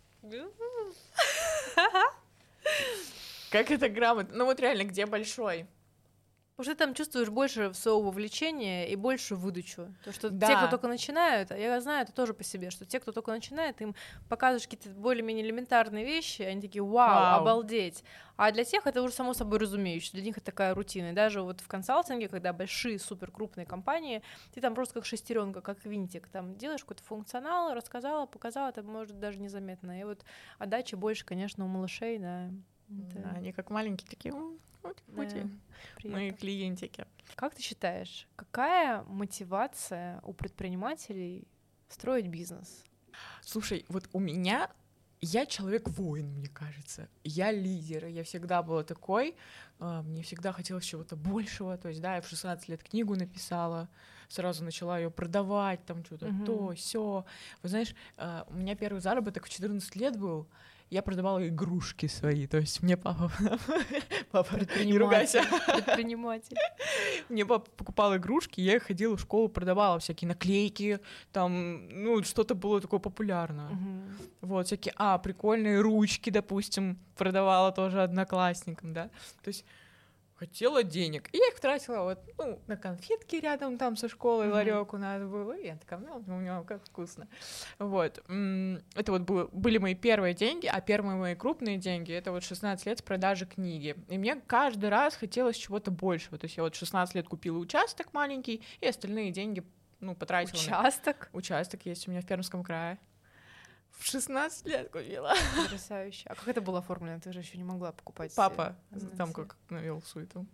Как это грамотно? Ну вот реально, где большой? Потому что ты там чувствуешь больше своего вовлечения и больше выдачу. То, что да. те, кто только начинают, я знаю это тоже по себе, что те, кто только начинает, им показываешь какие-то более-менее элементарные вещи, они такие «Вау, Вау. обалдеть!» А для тех это уже само собой разумеющееся, для них это такая рутина. И даже вот в консалтинге, когда большие, суперкрупные компании, ты там просто как шестеренка, как винтик, там делаешь какой-то функционал, рассказала, показала, это может даже незаметно. И вот отдача больше, конечно, у малышей, да. Это... Да, они как маленькие такие... Вот, да, мои клиентики. Как ты считаешь, какая мотивация у предпринимателей строить бизнес? Слушай, вот у меня, я человек-воин, мне кажется. Я лидер, я всегда была такой, мне всегда хотелось чего-то большего. То есть, да, я в шестнадцать лет книгу написала, сразу начала ее продавать, там что-то, uh-huh. то, сё. Вы знаешь, у меня первый заработок в четырнадцать лет был, я продавала игрушки свои, то есть мне папа... Папа, не ругайся. Предприниматель. Мне папа покупал игрушки, я их ходила в школу, продавала всякие наклейки, там, ну, что-то было такое популярное. Угу. Вот, всякие, а, прикольные ручки, допустим, продавала тоже одноклассникам, да, то есть хотела денег, и я их тратила вот, ну, на конфетки рядом там со школой, mm-hmm. ларек у нас был, и я такая, ну, у него как вкусно, вот, это вот было, были мои первые деньги, а первые мои крупные деньги, это вот шестнадцать лет с продажи книги, и мне каждый раз хотелось чего-то большего, то есть я вот шестнадцать лет купила участок маленький, и остальные деньги, ну, потратила. Участок? На... Участок есть у меня в Пермском крае. В шестнадцать лет купила. Потрясающе. А как это было оформлено? Ты же еще не могла покупать. Папа там как навел суету.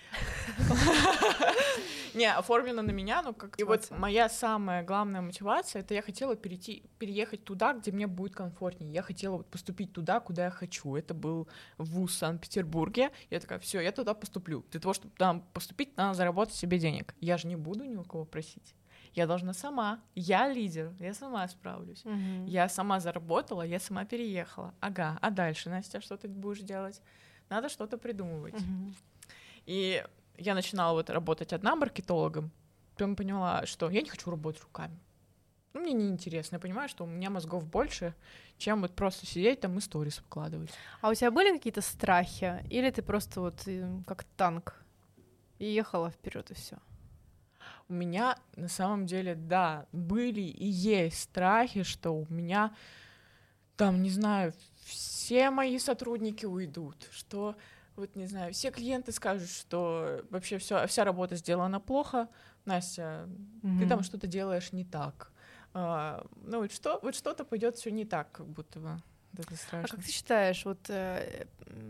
Не, оформлено на меня, но как... И вот моя самая главная мотивация — это я хотела перейти, переехать туда, где мне будет комфортнее. Я хотела вот поступить туда, куда я хочу. Это был вуз в Санкт-Петербурге. Я такая, все, я туда поступлю. Для того, чтобы там поступить, надо заработать себе денег. Я же не буду ни у кого просить. Я должна сама. Я лидер, я сама справлюсь. Uh-huh. Я сама заработала, я сама переехала. Ага, а дальше, Настя, что ты будешь делать? Надо что-то придумывать. Uh-huh. И я начинала вот работать одна маркетологом, потом поняла, что я не хочу работать руками. Ну, мне неинтересно. Я понимаю, что у меня мозгов больше, чем вот просто сидеть там и сторис выкладывать. А у тебя были какие-то страхи? Или ты просто вот как танк и ехала вперед и все? У меня на самом деле, да, были и есть страхи, что у меня там, не знаю, все мои сотрудники уйдут, что, вот не знаю, все клиенты скажут, что вообще всё, вся работа сделана плохо, Настя, mm-hmm. ты там что-то делаешь не так. А, ну вот, что, вот что-то пойдет все не так, как будто бы. Это страшно. А как ты считаешь, вот... Э,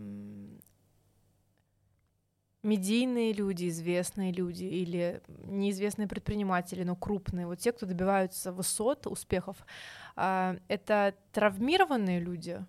медийные люди, известные люди или неизвестные предприниматели, но крупные, вот те, кто добиваются высот, успехов, это травмированные люди?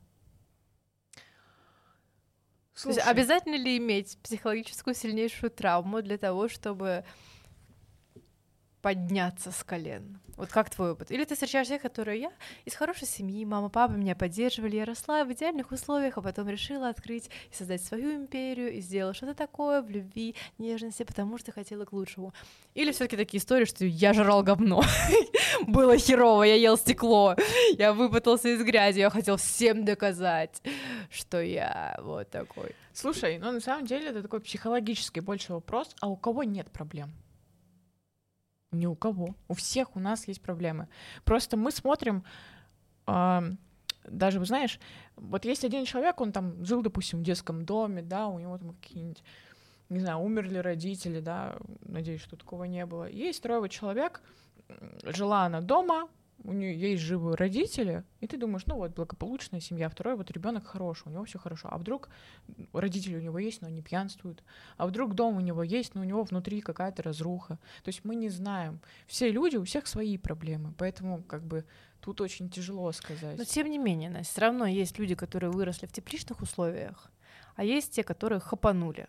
Слушай. То есть обязательно ли иметь психологическую сильнейшую травму для того, чтобы подняться с колен? Вот как твой опыт? Или ты встречаешь тех, которые я из хорошей семьи, мама, папа меня поддерживали, я росла в идеальных условиях, а потом решила открыть и создать свою империю, и сделала что-то такое в любви, нежности, потому что хотела к лучшему. Или все-таки такие истории, что я жрал говно, было херово, я ел стекло, я выпутался из грязи, я хотел всем доказать, что я вот такой. Слушай, ну на самом деле это такой психологический больше вопрос, а у кого нет проблем? Ни у кого. У всех у нас есть проблемы. Просто мы смотрим, э, даже, знаешь, вот есть один человек, он там жил, допустим, в детском доме, да, у него там какие-нибудь, не знаю, умерли родители, да, надеюсь, что такого не было. Есть второй вот человек, жила она дома, у нее есть живые родители, и ты думаешь, ну вот, благополучная семья, второй вот ребенок хороший, у него все хорошо, а вдруг родители у него есть, но они пьянствуют, а вдруг дом у него есть, но у него внутри какая-то разруха, то есть мы не знаем, все люди, у всех свои проблемы, поэтому как бы тут очень тяжело сказать. Но тем не менее, Настя, все равно есть люди, которые выросли в тепличных условиях, а есть те, которые хапанули.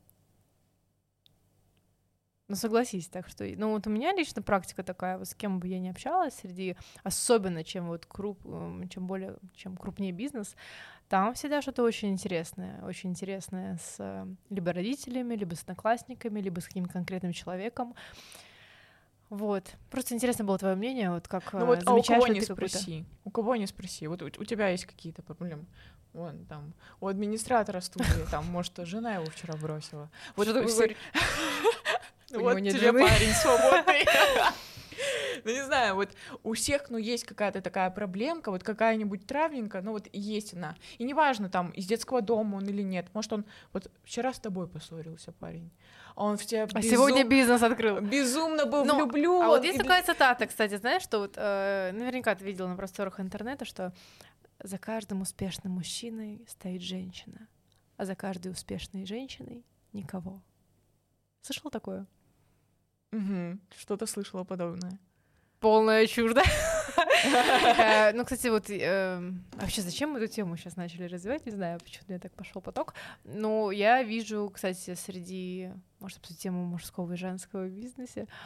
Ну, согласись, так что... Ну, вот у меня лично практика такая, вот с кем бы я ни общалась, среди... Особенно, чем вот круп... чем более... чем крупнее бизнес, там всегда что-то очень интересное. Очень интересное с либо родителями, либо с одноклассниками, либо с каким-то конкретным человеком. Вот. Просто интересно было твое мнение, вот как ну, вот, замечаешь а у кого ли не ты спроси? У кого не спроси? Вот у, у тебя есть какие-то проблемы? Вон там, у администратора студии, там, может, жена его вчера бросила. Вот что такое... Вот тебе парень свободный. Ну, не знаю, вот у всех, ну, есть какая-то такая проблемка, вот какая-нибудь травненькая, ну, вот есть она. И неважно, там, из детского дома он или нет. Может, он вот вчера с тобой поссорился, парень. Он в тебя безум... А сегодня бизнес открыл. Безумно был Но, влюблён. А вот есть и... такая цитата, кстати, знаешь, что вот э, наверняка ты видела на просторах интернета, что за каждым успешным мужчиной стоит женщина, а за каждой успешной женщиной никого. Слышала такое? Угу, что-то слышала подобное. Полная чушь, да? Ну, кстати, вот вообще зачем мы эту тему сейчас начали развивать, не знаю, почему у меня так пошел поток. Но я вижу, кстати, среди, может, обсудить тему мужского и женского в бизнесе,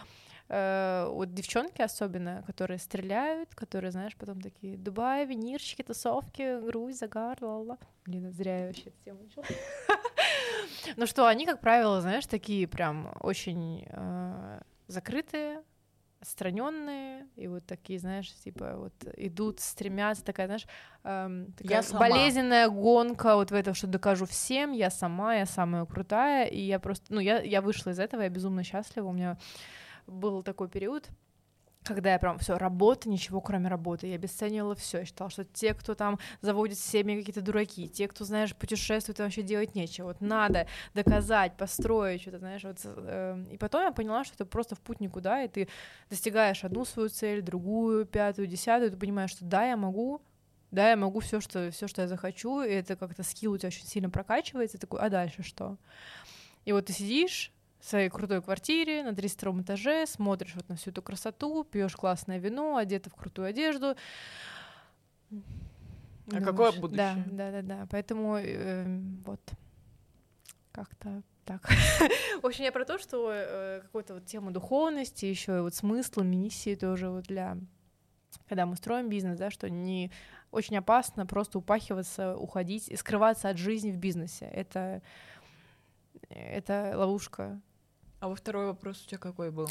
э, вот девчонки особенно, которые стреляют, которые, знаешь, потом такие Дубай, винирчики, тусовки, Грузия, загар, ла-ла. Блин, зря я вообще эту тему начала. Ну что, они, как правило, знаешь, такие прям очень э, закрытые, отстраненные, и вот такие, знаешь, типа вот идут, стремятся, такая, знаешь, эм, такая болезненная гонка вот в этом, что докажу всем, я сама, я самая крутая, и я просто, ну, я, я вышла из этого, я безумно счастлива, у меня был такой период, когда я прям все работа, ничего кроме работы, я обесценивала все, я считала, что те, кто там заводит семьи, какие-то дураки, те, кто, знаешь, путешествует, там вообще делать нечего, вот надо доказать, построить что-то, знаешь, вот, э, и потом я поняла, что это просто в путь никуда, и ты достигаешь одну свою цель, другую, пятую, десятую, и ты понимаешь, что да, я могу, да, я могу все, что, все, что я захочу, и это как-то скилл у тебя очень сильно прокачивается, и такой, а дальше что? И вот ты сидишь в своей крутой квартире на тридцать втором этаже, смотришь вот на всю эту красоту, пьешь классное вино, одета в крутую одежду. А думаешь, какое будущее? Да, да, да, да. Поэтому э, вот как-то так. В общем, я про то, что э, какую-то вот тему духовности, еще и вот смысла, миссии тоже вот для, когда мы строим бизнес, да, что не очень опасно просто упахиваться, уходить и скрываться от жизни в бизнесе. Это это ловушка. А во второй вопрос у тебя какой был?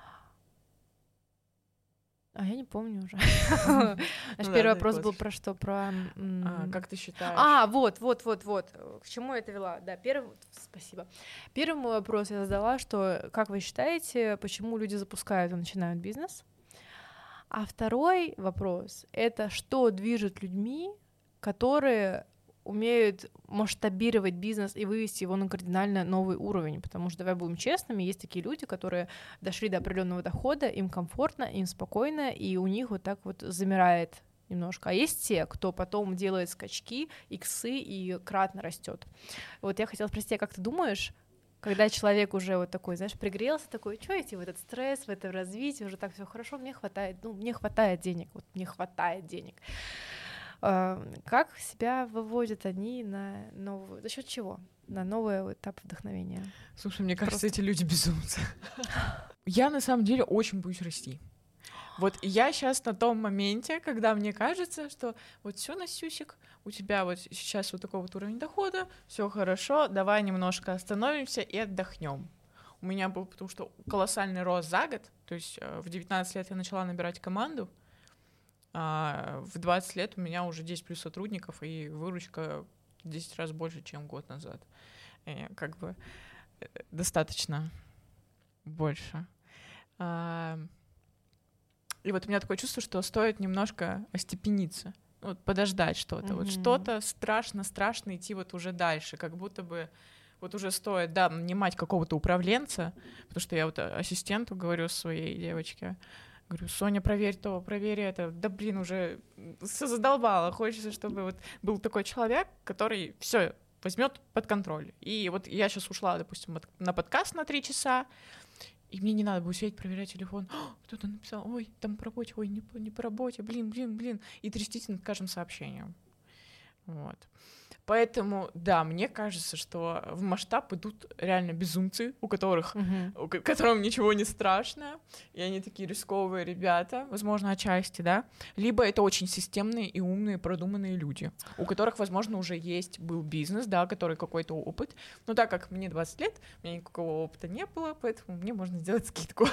А я не помню уже. Наш первый вопрос был про что? Про... Как ты считаешь? А, вот, вот, вот, вот. К чему я это вела? Да, первый... Спасибо. Первый мой вопрос я задала, что как вы считаете, почему люди запускают и начинают бизнес? А второй вопрос — это что движет людьми, которые умеют масштабировать бизнес и вывести его на кардинально новый уровень, потому что, давай будем честными, есть такие люди, которые дошли до определенного дохода, им комфортно, им спокойно, и у них вот так вот замирает немножко. А есть те, кто потом делает скачки, иксы и кратно растет. Вот я хотела спросить, а как ты думаешь, когда человек уже вот такой, знаешь, пригрелся, такой, что идти в этот стресс, в это развитие, уже так все хорошо, мне хватает, ну, мне хватает денег, вот мне хватает денег. Как себя выводят они на новую... За счет чего? На новый этап вдохновения? Слушай, мне кажется, Просто... эти люди безумцы. Я на самом деле очень боюсь расти. Вот я сейчас на том моменте, когда мне кажется, что вот все, Настюсик, у тебя вот сейчас вот такой вот уровень дохода, все хорошо, давай немножко остановимся и отдохнем. У меня был потому что колоссальный рост за год, то есть в девятнадцать лет я начала набирать команду, а в двадцать лет у меня уже десять плюс сотрудников, и выручка в десять раз больше, чем год назад. И как бы достаточно больше. И вот у меня такое чувство, что стоит немножко остепениться, вот подождать что-то. Mm-hmm. Вот что-то страшно-страшно идти вот уже дальше, как будто бы вот уже стоит, да, нанимать какого-то управленца, потому что я вот ассистенту говорю своей девочке, говорю, Соня, проверь то, проверь это. Да блин, уже все задолбало. Хочется, чтобы вот был такой человек, который все возьмет под контроль. И вот я сейчас ушла, допустим, на подкаст на три часа, и мне не надо будет сидеть, проверять телефон. О, кто-то написал, ой, там по работе, ой, не по, не по работе, блин, блин, блин. И трястись над каждым сообщением. Вот. Поэтому, да, мне кажется, что в масштаб идут реально безумцы, у которых, uh-huh. у которым ничего не страшно, и они такие рисковые ребята, возможно, отчасти, да, либо это очень системные и умные, продуманные люди, у которых, возможно, уже есть, был бизнес, да, который какой-то опыт, но так как мне двадцать лет, у меня никакого опыта не было, поэтому мне можно сделать скидку.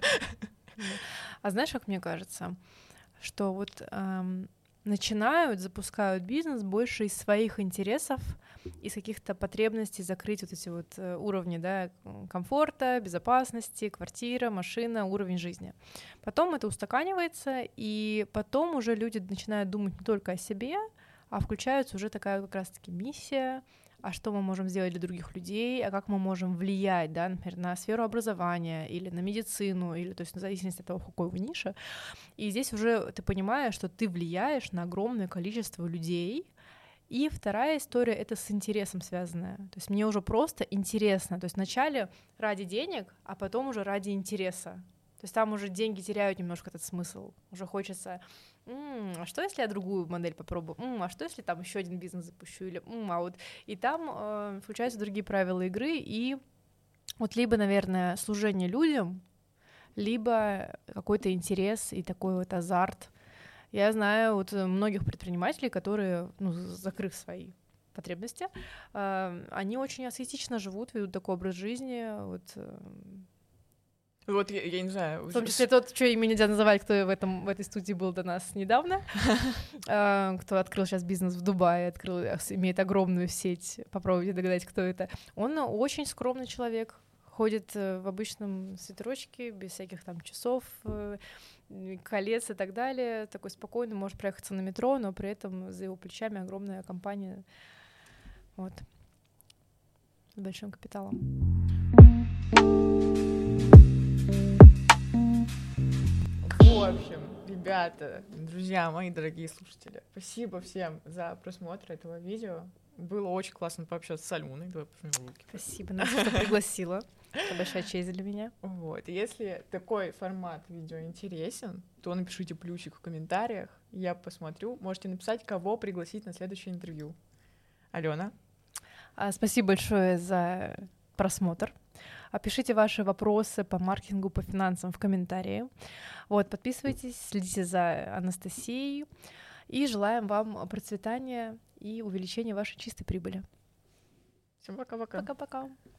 А знаешь, как мне кажется, что вот... Эм... начинают, запускают бизнес больше из своих интересов, из каких-то потребностей закрыть вот эти вот уровни, да, комфорта, безопасности, квартира, машина, уровень жизни. Потом это устаканивается, и потом уже люди начинают думать не только о себе, а включается уже такая как раз-таки миссия, а что мы можем сделать для других людей, а как мы можем влиять, да, например, на сферу образования или на медицину, или, то есть в зависимости от того, в какой вы нише. И здесь уже ты понимаешь, что ты влияешь на огромное количество людей. И вторая история — это с интересом связанная. То есть мне уже просто интересно. То есть вначале ради денег, а потом уже ради интереса. То есть там уже деньги теряют немножко этот смысл. Уже хочется, м-м, а что, если я другую модель попробую? М-м, а что, если там еще один бизнес запущу? Или, м-м, а вот... И там э, включаются другие правила игры, и вот либо, наверное, служение людям, либо какой-то интерес и такой вот азарт. Я знаю вот многих предпринимателей, которые, ну, закрыв свои потребности, они очень аскетично живут, ведут такой образ жизни, вот. Вот я, я не знаю. В том числе тот, что имя нельзя называть, кто в, этом, в этой студии был до нас недавно, кто открыл сейчас бизнес в Дубае, открыл, имеет огромную сеть, попробуйте догадать, кто это. Он очень скромный человек, ходит в обычном свитерочке, без всяких там часов, колец и так далее, такой спокойный, может проехаться на метро, но при этом за его плечами огромная компания, вот, с большим капиталом. В общем, ребята, друзья, мои дорогие слушатели, спасибо всем за просмотр этого видео. Было очень классно пообщаться с Альмуной. Давай пожмем руки. Спасибо, Настя, что пригласила. Это большая честь для меня. Вот. Если такой формат видео интересен, то напишите плюсик в комментариях, я посмотрю. Можете написать, кого пригласить на следующее интервью. Алена. Спасибо большое за просмотр. Пишите ваши вопросы по маркетингу, по финансам в комментарии. Вот, подписывайтесь, следите за Анастасией. И желаем вам процветания и увеличения вашей чистой прибыли. Всем пока-пока. Пока-пока.